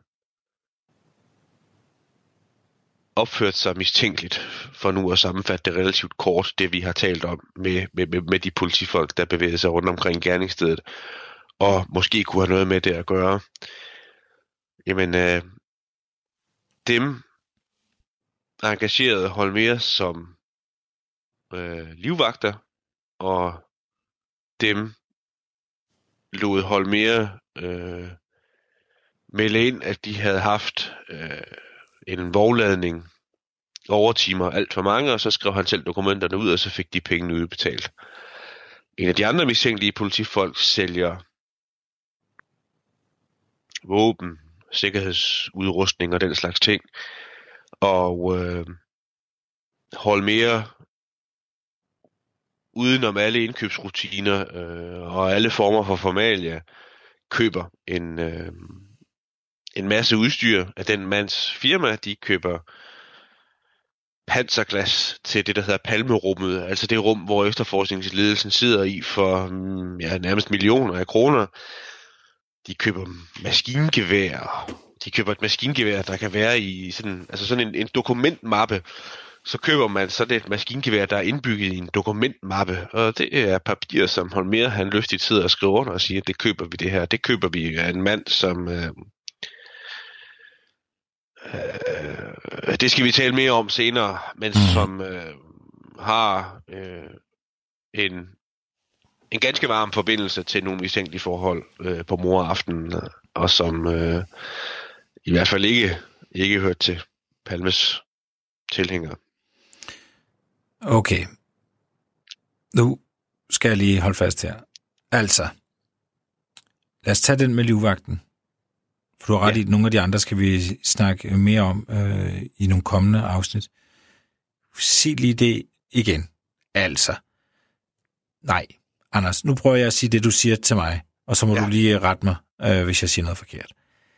opførte sig mistænkeligt, for nu at sammenfatte det relativt kort, det vi har talt om med, med, med, med de politifolk, der bevægede sig rundt omkring gerningsstedet, og måske kunne have noget med det at gøre. Jamen, øh, dem engagerede Holmér som øh, livvagter, og dem lod Holmér øh, melde ind, at de havde haft øh, en vognladning, overtimer, alt for mange, og så skrev han selv dokumenterne ud, og så fik de pengene udbetalt. En af de andre mistænkelige politifolk sælger våben, sikkerhedsudrustning og den slags ting. Og øh, Holmér udenom alle indkøbsrutiner øh, og alle former for formalia køber en, øh, en masse udstyr af den mands firma. De køber panserglas til det, der hedder Palmerummet, altså det rum, hvor efterforskningsledelsen sidder i for ja, nærmest millioner af kroner. De køber maskingevær. De køber et maskingevær, der kan være i sådan, altså sådan en, en dokumentmappe. Så køber man sådan et maskingevær, der er indbygget i en dokumentmappe. Og det er papir, som Holmér han lystigt sidder og skriver under og siger, det køber vi det her. Det køber vi af en mand, som... Øh, øh, det skal vi tale mere om senere, men som øh, har øh, en... en ganske varm forbindelse til nogle mistænkelige forhold øh, på moraften, og som øh, i hvert fald ikke, ikke hørt til Palmes tilhængere. Okay. Nu skal jeg lige holde fast her. Altså, lad os tage den med livvagten. For du har ret ja. i, nogle af de andre skal vi snakke mere om øh, i nogle kommende afsnit. Sig lige det igen. Altså, nej. Anders, nu prøver jeg at sige det, du siger til mig, og så må ja. du lige rette mig, øh, hvis jeg siger noget forkert.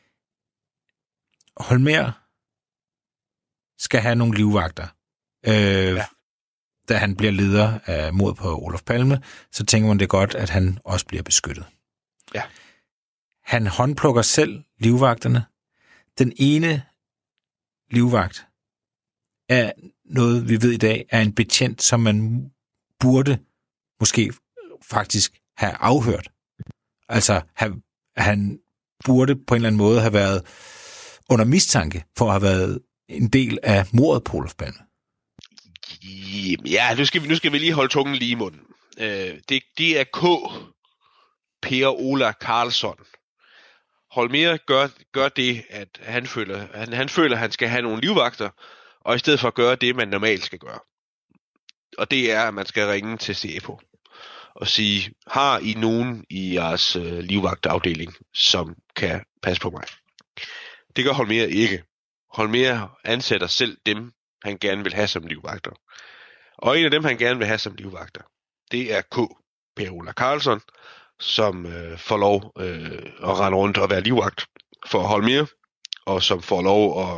Holmér skal have nogle livvagter. Øh, ja. Da han bliver leder af mord på Olof Palme, så tænker man det godt, at han også bliver beskyttet. Ja. Han håndplukker selv livvagterne. Den ene livvagt er noget, vi ved i dag, er en betjent, som man burde måske faktisk have afhørt. Altså, have, han burde på en eller anden måde have været under mistanke for at have været en del af mordet på Olof Palme. Ja, nu skal vi, nu skal vi lige holde tungen lige i munden. Øh, det, det er K. Per Ola Karlsson. Holmér gør, gør det, at han føler, han, han føler, at han skal have nogle livvagter, og i stedet for at gøre det, man normalt skal gøre. Og det er, at man skal ringe til SEPO og sige, har I nogen i jeres øh, livvagtafdeling, som kan passe på mig? Det gør Holmér ikke. Holmér ansætter selv dem, han gerne vil have som livvagter. Og en af dem, han gerne vil have som livvagter, det er K. Per Ola Carlsson, som øh, får lov øh, at rende rundt og være livvagt for Holmér, og som får lov at,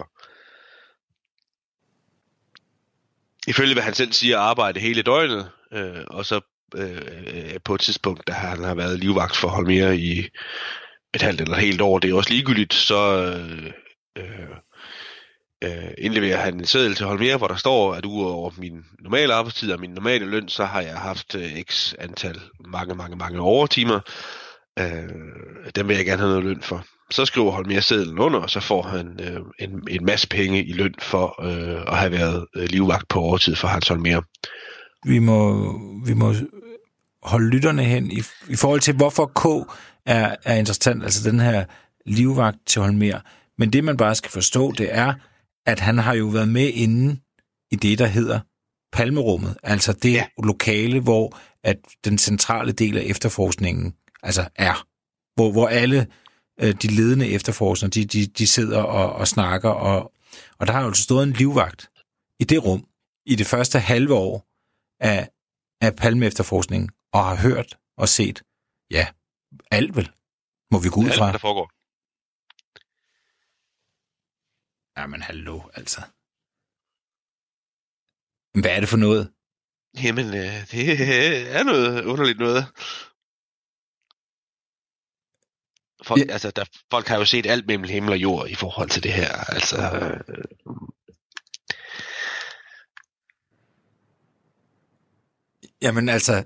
ifølge hvad han selv siger, arbejde hele døgnet, øh, og så øh, på et tidspunkt, da han har været livvagt for Holmér i et halvt eller et helt år, det er også ligegyldigt, så øh, øh, øh, indleverer han en seddel til Holmér, hvor der står, at udover min normale arbejdstid og min normale løn, så har jeg haft øh, x antal mange, mange, mange overtimer. Øh, dem vil jeg gerne have noget løn for. Så skriver Holmér sedlen under, og så får han øh, en, en masse penge i løn for øh, at have været øh, livvagt på overtid for Hans Holmér. Vi må, vi må holde lytterne hen i, i forhold til, hvorfor K er, er interessant, altså den her livvagt til Holmér. Men det, man bare skal forstå, det er, at han har jo været med inde i det, der hedder Palmerummet, altså det ja. lokale, hvor at den centrale del af efterforskningen altså er, hvor, hvor alle øh, de ledende efterforskere, de, de, de sidder og, og snakker, og, og der har jo stået en livvagt i det rum, i det første halve år af, af Palme-efterforskningen, og har hørt og set, ja, alt vel, må vi gå ud fra. Alt, der foregår. Jamen, hallo, altså. Hvad er det for noget? Jamen, øh, det er noget underligt noget. Folk, ja. altså, der, folk har jo set alt mellem himmel og jord i forhold til det her. Altså, øh, Jamen, altså...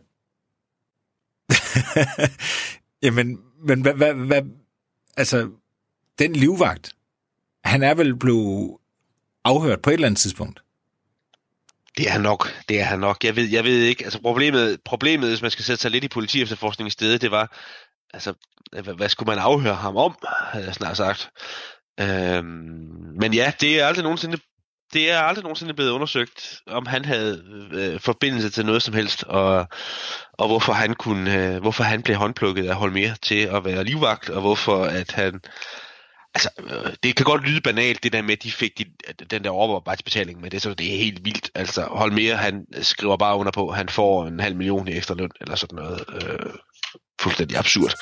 Jamen, men hvad, hvad, hvad... Altså, den livvagt, han er vel blevet afhørt på et eller andet tidspunkt? Det er han nok, det er han nok. Jeg ved, jeg ved ikke, altså problemet, problemet, hvis man skal sætte sig lidt i politiefterforskning i stedet, det var, altså, hvad, hvad skulle man afhøre ham om, havde jeg snart sagt. Øhm, men ja, det er aldrig nogensinde, det er aldrig nogensinde blevet undersøgt, om han havde øh, forbindelse til noget som helst, og, og hvorfor han kunne, øh, hvorfor han blev håndplukket af Holmér til at være livvagt, og hvorfor at han, altså, øh, det kan godt lyde banalt, det der med, at de fik de, den der overarbejdsbetaling, men det, så det er helt vildt. Altså, Holmér, han skriver bare under på, at han får en halv million i ekstra løn, eller sådan noget. Øh, fuldstændig absurd.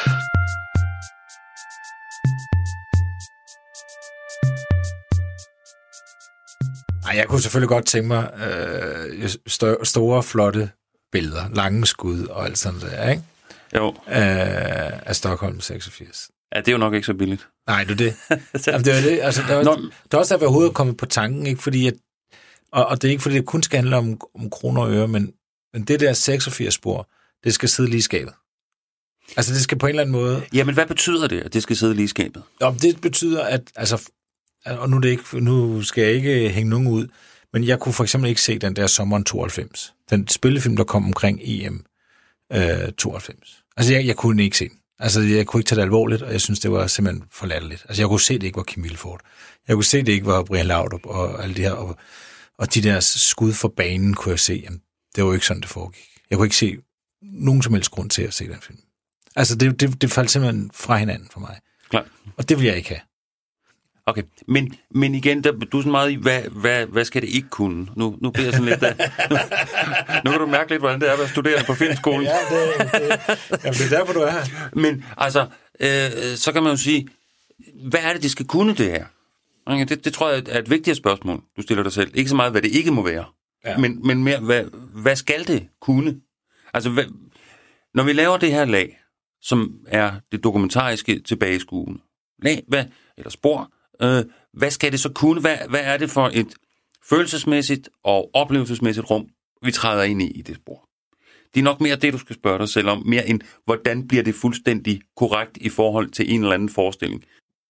Ej, jeg kunne selvfølgelig godt tænke mig øh, st- store, flotte billeder, lange skud og alt sådan der, ikke? Jo. Øh, af Stockholm seksogfirs. Ja, det er jo nok ikke så billigt. Nej, det er det. Jamen, det er det. Altså, der, er, der er også der overhovedet kommet på tanken, ikke? Fordi at, og, og det er ikke, fordi det kun skal handle om, om kroner og øre, men, men det der seksogfirs-spor, det skal sidde lige i skabet. Altså, det skal på en eller anden måde... Jamen, hvad betyder det, at det skal sidde lige i skabet? Jo, det betyder, at... Altså, og nu, er det ikke, nu skal jeg ikke hænge nogen ud, men jeg kunne for eksempel ikke se den der sommeren tooghalvfems. Den spillefilm, der kom omkring E M øh, tooghalvfems. Altså, jeg, jeg kunne ikke se den. Altså, jeg kunne ikke tage det alvorligt, og jeg synes, det var simpelthen for latterligt. Altså, jeg kunne se, det ikke var Kim Vilfort. Jeg kunne se, det ikke var Brian Laudrup og alle de her. Og, og de der skud for banen, kunne jeg se. Jamen, det var jo ikke sådan, det foregik. Jeg kunne ikke se nogen som helst grund til at se den film. Altså, det, det, det faldt simpelthen fra hinanden for mig. Klar. Og det vil jeg ikke have. Okay, men, men igen, der, du er sådan meget i, hvad, hvad, hvad skal det ikke kunne? Nu, nu bliver jeg sådan lidt... Der, nu, nu kan du mærke lidt, hvordan det er at være studerende på filmskolen. Ja, det, det, jamen, det er derfor, du er her. Men altså, øh, så kan man jo sige, hvad er det, det skal kunne, det her? Det, det tror jeg er et vigtigt spørgsmål, du stiller dig selv. Ikke så meget, hvad det ikke må være, ja. men, men mere, hvad, hvad skal det kunne? Altså, hvad, når vi laver det her lag, som er det dokumentariske tilbageskuende, lag, hvad, eller spor, øh, hvad skal det så kunne? Hvad, hvad er det for et følelsesmæssigt og oplevelsesmæssigt rum, vi træder ind i i det spor? Det er nok mere det, du skal spørge dig selv om, mere end, hvordan bliver det fuldstændig korrekt i forhold til en eller anden forestilling.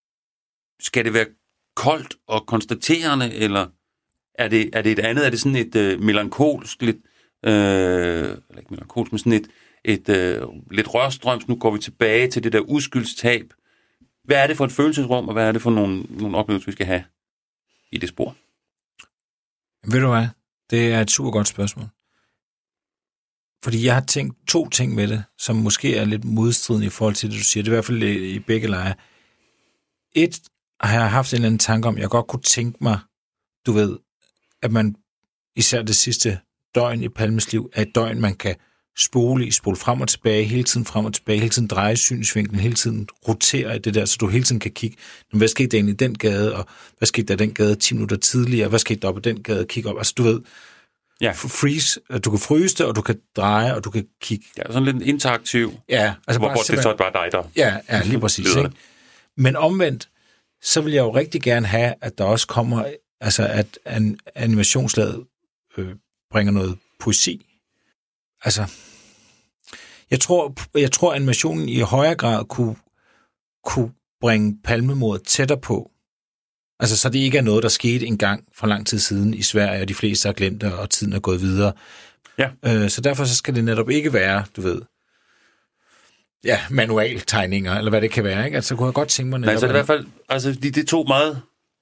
Skal det være koldt og konstaterende, eller er det, er det et andet? Er det sådan et øh, melankolsk, lidt, øh, eller ikke melankolsk, men sådan et, et øh, lidt rørstrøms, nu går vi tilbage til det der uskyldstab. hvad er det for et følelsesrum, og hvad er det for nogle, nogle oplevelser, vi skal have i det spor? Ved du hvad? Det er et super godt spørgsmål. Fordi jeg har tænkt to ting med det, som måske er lidt modstridende i forhold til det, du siger. Det er i hvert fald i begge lejre. Et, har jeg haft en eller anden tanke om, jeg godt kunne tænke mig, du ved, at man, især det sidste døgn i Palmes liv, er et døgn, man kan spole i, spole frem og tilbage, hele tiden frem og tilbage, hele tiden dreje synsvinklen, hele tiden rotere i det der, så du hele tiden kan kigge, hvad skete der egentlig i den gade, og hvad skete der i den gade ti minutter tidligere, hvad skete der op i den gade, kigge op, altså du ved, ja. freeze, du kan fryse det, og du kan dreje, og du kan kigge. Ja, sådan lidt interaktiv, ja, altså hvor, hvor det så er bare dig, der ja, ja, lige præcis. Ikke? Men omvendt, så vil jeg jo rigtig gerne have, at der også kommer, altså at an, animationslaget øh, bringer noget poesi. Altså, jeg tror, jeg tror, animationen i højere grad kunne, kunne bringe palmemordet tættere på. Altså, så det ikke er noget, der skete engang for lang tid siden i Sverige, og de fleste har glemt det, og tiden er gået videre. Ja. Øh, så derfor så skal det netop ikke være, du ved, ja, manualtegninger, eller hvad det kan være, ikke? Altså, kunne jeg godt tænke mig netop... Nej, så det er i hvert fald, altså, de, det er to meget,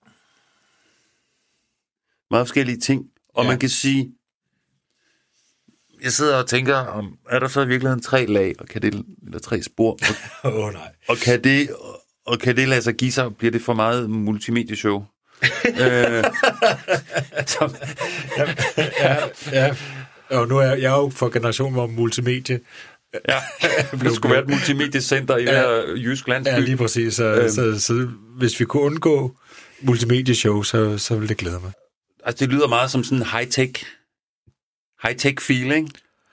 meget forskellige ting, og ja. Man kan sige, jeg sidder og tænker, om er der så i virkeligheden tre lag, og kan det, eller tre spor, og, oh, nej. og kan det, og kan det lade sig give sig, bliver det for meget multimedieshow? øh, som, ja, ja, ja. Og nu er jeg, jeg er jo for generationen, hvor multimedie... Ja, det skulle være et multimediecenter i ja, hver jysk landsby. Ja, lige præcis. Så, øhm. så, så hvis vi kunne undgå multimedieshow, så, så ville det glæde mig. Altså, det lyder meget som sådan en high-tech, high-tech feeling,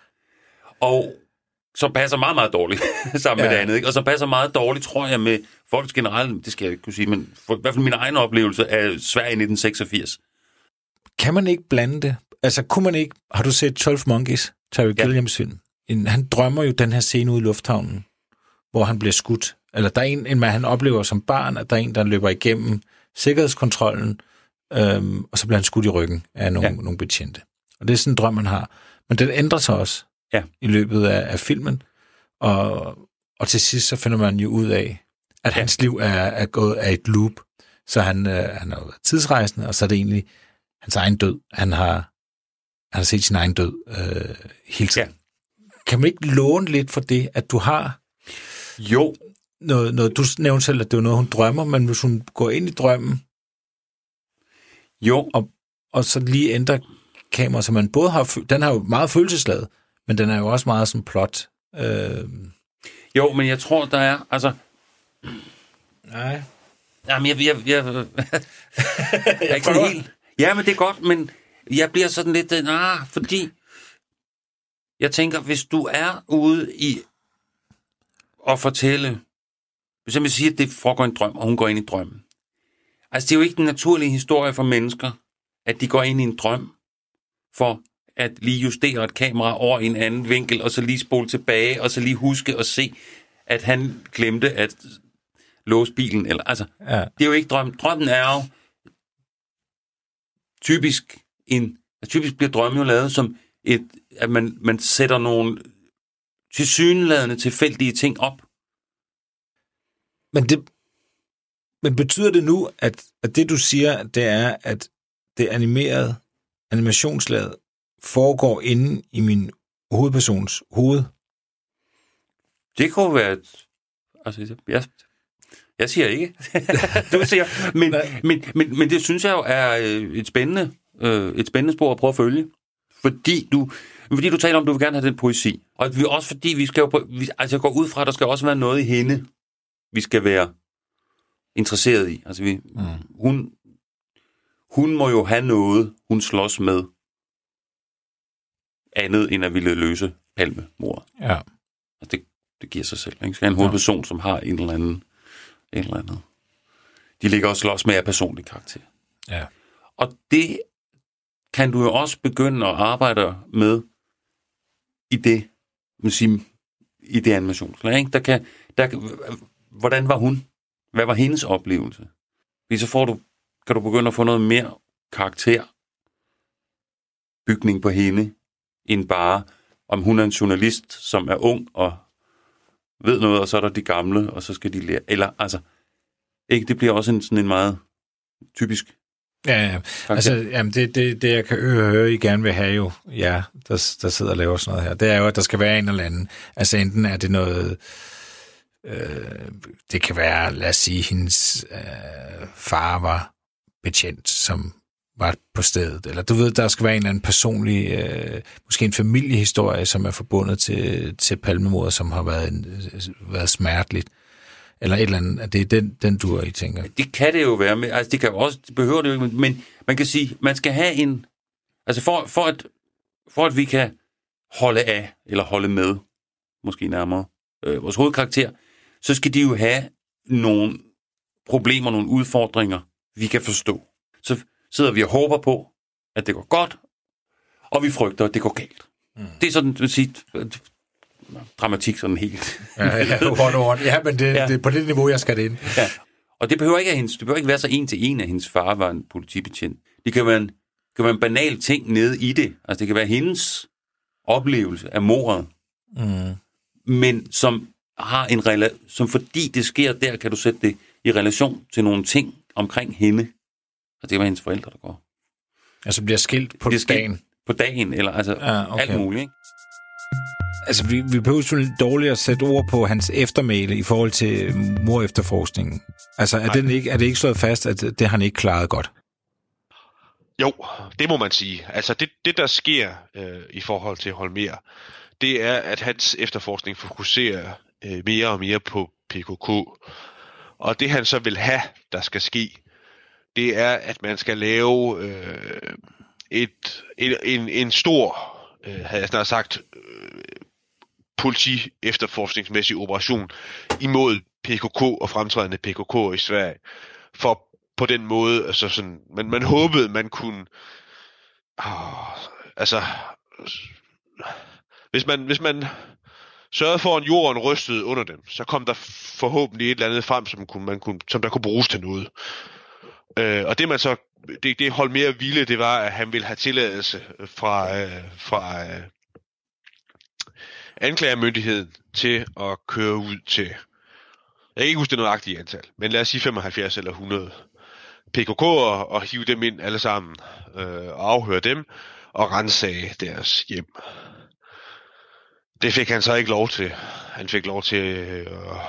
og som passer meget, meget dårligt sammen ja. med det andet. Ikke? Og som passer meget dårligt, tror jeg, med folks generelt, det skal jeg ikke kunne sige, men for, i hvert fald min egen oplevelse af Sverige nitten seksogfirs. Kan man ikke blande det? Altså, kunne man ikke... Har du set tolv Monkeys? Terry ja. Gilliams film? En, han drømmer jo den her scene ude i lufthavnen, hvor han bliver skudt. Eller der er en, en han oplever som barn, at der er en, der løber igennem sikkerhedskontrollen, øhm, og så bliver han skudt i ryggen af nogle, ja. nogle betjente. Og det er sådan en drøm, man har. Men den ændrer sig også ja. i løbet af, af filmen, og, og til sidst så finder man jo ud af, at ja. hans liv er, er gået af et loop. Så han, øh, han har været tidsrejsende, og så er det egentlig hans egen død. Han har, han har set sin egen død øh, hele tiden. Ja. Kan man ikke låne lidt for det, at du har... Jo. Noget, noget, du nævnte selv, at det er noget, hun drømmer, men hvis hun går ind i drømmen... Jo. Og, og så lige ændrer kameraet, så man både har... Den har jo meget følelsesladet, men den er jo også meget sådan plot. Øh... Jo, men jeg tror, der er... Altså... Nej. Jamen, jeg... jeg, jeg, jeg, jeg er ikke helt... Ja, men det er godt, men jeg bliver sådan lidt... Ah, fordi... Jeg tænker, hvis du er ude i at fortælle, hvis jeg vil sige, at det foregår en drøm, og hun går ind i drømmen. Altså, det er jo ikke den naturlige historie for mennesker, at de går ind i en drøm, for at lige justere et kamera over en anden vinkel, og så lige spole tilbage, og så lige huske at se, at han glemte at låse bilen. Eller, altså, ja. Det er jo ikke drømmen. Drømmen er jo typisk en... Typisk bliver drømmen jo lavet som et, at man, man sætter nogle tilsyneladende tilfældige ting op. Men det men betyder det nu, at, at det du siger, det er, at det animerede animationslaget foregår inde i min hovedpersons hoved? Det kunne være et, altså, jeg, jeg siger ikke. Du siger, men, men, men, men det synes jeg jo er et spændende, et spændende spor at prøve at følge. Fordi du, fordi du taler om, at du vil gerne have den poesi. Og vi, også fordi vi skal jo... Vi, altså jeg går ud fra, at der skal også være noget i hende, vi skal være interesseret i. Altså vi, mm. hun, hun må jo have noget, hun slås med, andet end at ville løse palmemordet. Ja. Altså det, det giver sig selv. Ikke? Skal en hovedperson, ja. som har en eller anden... En eller anden. De ligger også slås med af personlig karakter. Ja. Og det... kan du jo også begynde at arbejde med i det, man siger, i det animationslag, ikke? Der kan, der, hvordan var hun? Hvad var hendes oplevelse? Fordi så får du, kan du begynde at få noget mere karakterbygning på hende, end bare, om hun er en journalist, som er ung og ved noget, og så er der de gamle, og så skal de lære. Eller, altså, Ikke? Det bliver også en, sådan en meget typisk... Ja, ja. Altså, jamen det, det, det, jeg kan høre, I gerne vil have jo, ja, der, der sidder og laver sådan noget her, det er jo, at der skal være en eller anden. Altså enten er det noget, øh, det kan være, lad os sige, hendes øh, far var betjent, som var på stedet, eller du ved, der skal være en eller anden personlig, øh, måske en familiehistorie, som er forbundet til, til Palmemordet, som har været, en, været smerteligt. Eller et eller andet, det er den, den du I tænker. Det kan det jo være, med, altså det kan jo også, det behøver det jo ikke, men man kan sige, man skal have en, altså for, for, at, for at vi kan holde af, eller holde med, måske nærmere, øh, vores hovedkarakter, så skal de jo have nogle problemer, nogle udfordringer, vi kan forstå. Så sidder vi og håber på, at det går godt, og vi frygter, at det går galt. Mm. Det er sådan, at sige, dramatik sådan helt. Ja, ja, ja men det, ja. Det er på det niveau, jeg skal det ind. Ja. Og det behøver ikke at hendes, det behøver ikke være så en til en, at hendes far var en politibetjent. Det kan være en, kan være en banal ting nede i det. Altså det kan være hendes oplevelse af mordet. Mm. Men som har en rela- som fordi det sker der, kan du sætte det i relation til nogle ting omkring hende. Og det var hendes forældre, der går. Altså bliver skilt på skilt dagen? På dagen, eller altså ah, okay. alt muligt, ikke? Altså, vi, vi behøver jo lidt dårligt at sætte ord på hans eftermæle i forhold til mor-efterforskningen. Altså, er, den ikke, er det ikke slået fast, at det har han ikke klaret godt? Jo, det må man sige. Altså, det, det der sker øh, i forhold til Holmér, det er, at hans efterforskning fokuserer øh, mere og mere på P K K. Og det han så vil have, der skal ske, det er, at man skal lave øh, et, en, en, en stor, øh, havde jeg snart sagt, øh, politi-efterforskningsmæssig operation imod P K K og fremtrædende P K K'er i Sverige. For på den måde, altså sådan, man, man håbede, man kunne, åh, altså, hvis man, hvis man sørgede for, at jorden rystede under dem, så kom der forhåbentlig et eller andet frem, som, kunne, man kunne, som der kunne bruges til noget. Øh, og det man så, det, det holdt mere vilde, det var, at han ville have tilladelse fra, øh, fra øh, anklagermyndigheden til at køre ud til, jeg kan ikke huske det nøjagtige antal, men lad os sige femoghalvfjerds eller hundrede P K K'er og hive dem ind alle sammen, øh, og afhøre dem og ransage deres hjem. Det fik han så ikke lov til. Han fik lov til øh,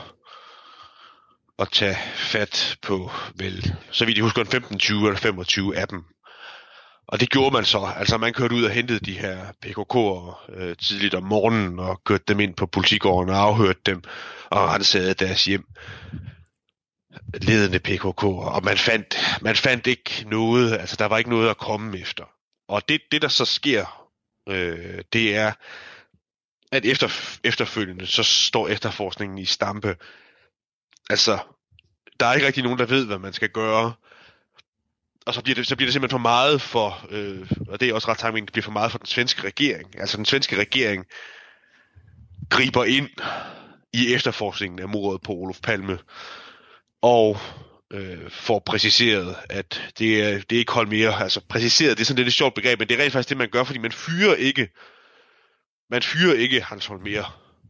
at tage fat på, vel, så vidt jeg husker, en femten, tyve eller femogtyve af dem. Og det gjorde man så. Altså man kørte ud og hentede de her P K K'er øh, tidligt om morgenen og kørte dem ind på politigården og afhørte dem og ransagede deres hjem. Ledende P K K'er. Og man fandt, man fandt ikke noget, altså der var ikke noget at komme efter. Og det, det der så sker, øh, det er, at efter, efterfølgende, så står efterforskningen i stampe. Altså, der er ikke rigtig nogen, der ved, hvad man skal gøre. Og så bliver det, så bliver det simpelthen for meget for, øh, og det er også ret tanken, det bliver for meget for den svenske regering. Altså den svenske regering griber ind i efterforskningen af mordet på Olof Palme, og øh, får præciseret, at det er, det er ikke Holmér, altså præciseret, det er sådan lidt et sjovt begreb, men det er rent faktisk det, man gør, fordi man fyrer ikke, man fyrer ikke Hans Holmér.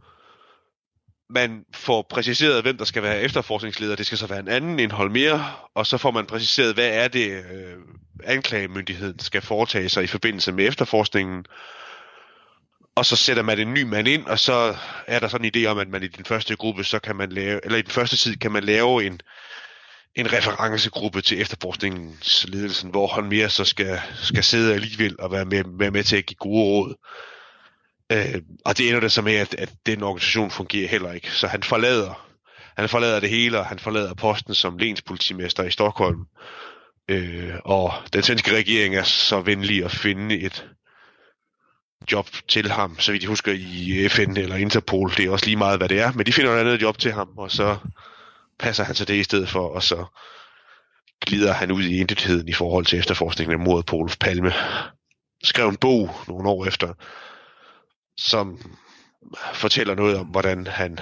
Man får præciseret, hvem der skal være efterforskningsleder. Det skal så være en anden end Holmér, og så får man præciseret, hvad er det, øh, anklagemyndigheden skal foretage sig i forbindelse med efterforskningen. Og så sætter man en ny mand ind, og så er der sådan en idé om, at man i den første gruppe, så kan man lave, eller i den første tid kan man lave en, en referencegruppe til efterforskningsledelsen, hvor Holmér så skal, skal sidde alligevel og være med, være med til at give gode råd. Øh, og det ender det så med, at, at den organisation fungerer heller ikke. Så han forlader, han forlader det hele, og han forlader posten som lenspolitimester i Stockholm. Øh, og den svenske regering er så venlig at finde et job til ham, så vidt jeg husker i F N eller Interpol. Det er også lige meget, hvad det er, men de finder et andet job til ham, og så passer han til det i stedet for, og så glider han ud i intetheden i forhold til efterforskningen af mordet på Olof Palme. Skrev en bog nogle år efter, som fortæller noget om, hvordan han,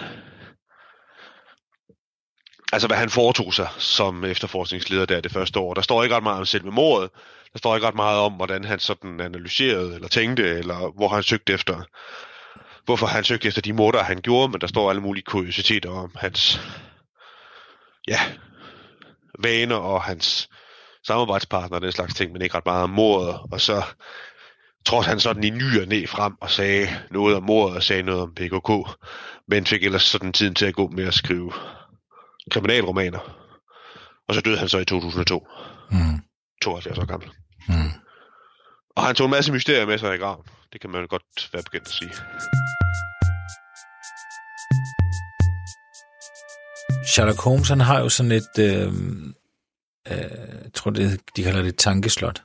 altså hvad han foretog sig som efterforskningsleder der det første år. Der står ikke ret meget om selve mordet. Der står ikke ret meget om, hvordan han sådan analyserede eller tænkte, eller hvor han søgte efter, hvorfor han søgte efter de morder, han gjorde, men der står alle mulige kuriositeter om hans, ja, vaner og hans samarbejdspartner og den slags ting, men ikke ret meget om mordet. Og så trådte han sådan i ny og næ frem og sagde noget om mordet og sagde noget om P K K, men fik ellers sådan tiden til at gå med at skrive kriminalromaner. Og så døde han så i to tusind og to. Mm. tooghalvfjerds år gammel. Mm. Og han tog en masse mysterier med sig i graven. Det kan man godt være begyndt at sige. Sherlock Holmes, han har jo sådan et, øh, øh, jeg tror, det, de kalder det et tankeslot.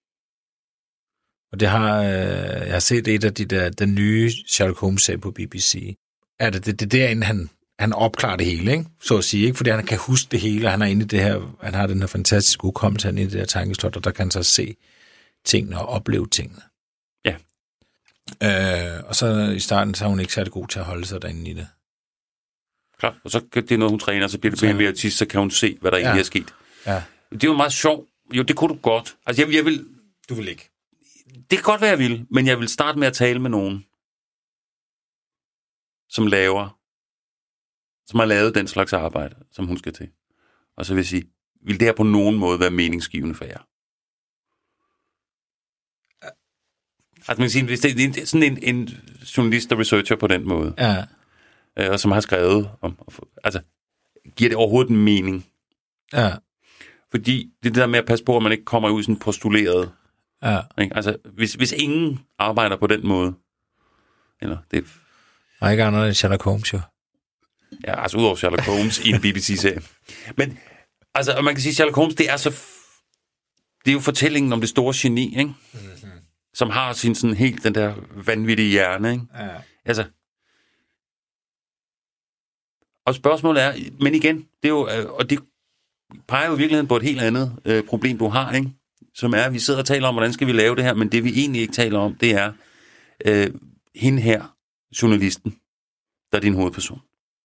Og det har, øh, jeg har set et af de der, den nye Sherlock Holmes-serie på B B C. Er det det, det derinde, han, han opklarer det hele, ikke? Så at sige, ikke? Fordi han kan huske det hele, og han er inde i det her, han har den her fantastiske udkommelse, han er inde i det her tankeslot, og der kan han så se tingene og opleve tingene. Ja. Øh, og så i starten, så er hun ikke særlig god til at holde sig derinde i det. Klart, og så det er noget, hun træner, så bliver det mere mere tis, så kan hun se, hvad der ja. egentlig er sket. Ja. Det er jo meget sjovt. Jo, det kunne du godt. Altså, jeg, jeg vil... Du vil ikke. Det kan godt være, jeg vil, men jeg vil starte med at tale med nogen, som laver, som har lavet den slags arbejde, som hun skal til. Og så vil jeg sige, vil det her på nogen måde være meningsgivende for jer? Altså, man kan sige, hvis det er sådan en, en journalist, der researcher på den måde, ja. øh, og som har skrevet om, altså, giver det overhovedet en mening? Ja. Fordi det er det der med at passe på, at man ikke kommer ud sådan postuleret. Ja. Ikke? Altså, hvis, hvis ingen arbejder på den måde, eller det... Der er ikke andet end Sherlock Holmes, jo. Ja, altså udover Sherlock Holmes i en B B C-serie. Men, altså, man kan sige, Sherlock Holmes, det er så... Det er jo fortællingen om det store geni, ikke? Mm-hmm. Som har sin sådan helt den der vanvittige hjerne, ikke? Ja. Altså... Og spørgsmålet er, men igen, det er jo... Og det peger jo i virkeligheden på et helt andet øh, problem, du har, ikke? Som er, at vi sidder og taler om, hvordan skal vi lave det her, men det vi egentlig ikke taler om, det er øh, hende her, journalisten, der er din hovedperson.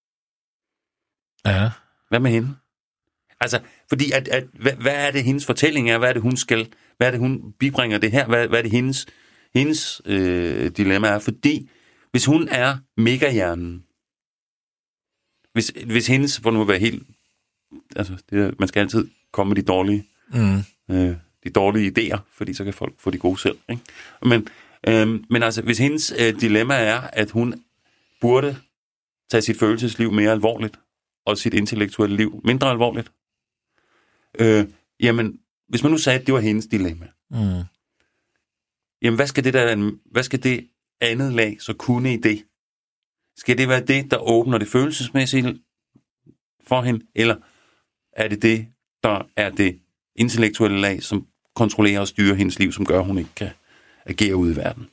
Ja. Hvad med hende? Altså, fordi, at, at, hvad, hvad er det, hendes fortælling er? Hvad er det, hun skal? Hvad er det, hun bibringer det her? Hvad, hvad er det, hendes, hendes øh, dilemma er? Fordi, hvis hun er megahjernen, hvis, hvis hendes, for nu at være helt, altså, det, man skal altid komme med de dårlige, mm. øh, de dårlige idéer, fordi så kan folk få de gode selv, ikke? Men, øh, men altså, hvis hendes øh, dilemma er, at hun burde tage sit følelsesliv mere alvorligt, og sit intellektuelle liv mindre alvorligt, øh, jamen, hvis man nu sagde, at det var hendes dilemma, mm. jamen, hvad skal det der, hvad skal det andet lag så kunne i det? Skal det være det, der åbner det følelsesmæssige for hende, eller er det det, der er det intellektuelle lag, som kontrollerer og styrer hendes liv, som gør, at hun ikke kan agere ude i verden?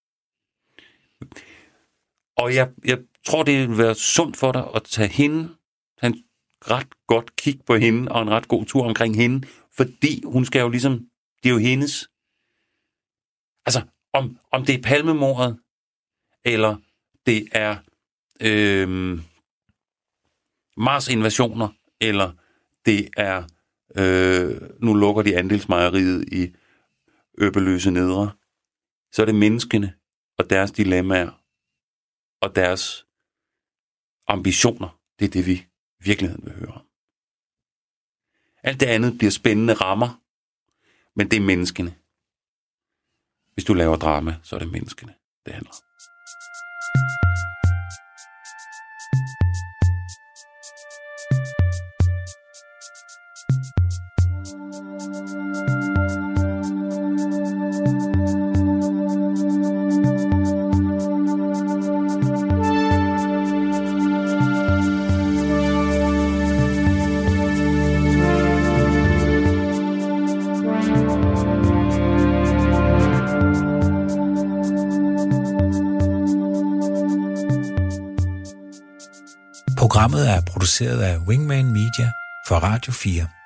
Og jeg, jeg tror, det vil være sundt for dig at tage hende, tage en ret godt kig på hende, og en ret god tur omkring hende, fordi hun skal jo ligesom, det er jo hendes, altså, om, om det er Palmemordet, eller det er øh, Mars-invasioner, eller det er, øh, nu lukker de andelsmejeriet i Øbeløse Nedre, så er det menneskene og deres dilemmaer og deres ambitioner. Det er det, vi i virkeligheden vil høre om. Alt det andet bliver spændende rammer, men det er menneskene. Hvis du laver drama, så er det menneskene, det handler om. Programmet er produceret af Wingman Media for Radio fire.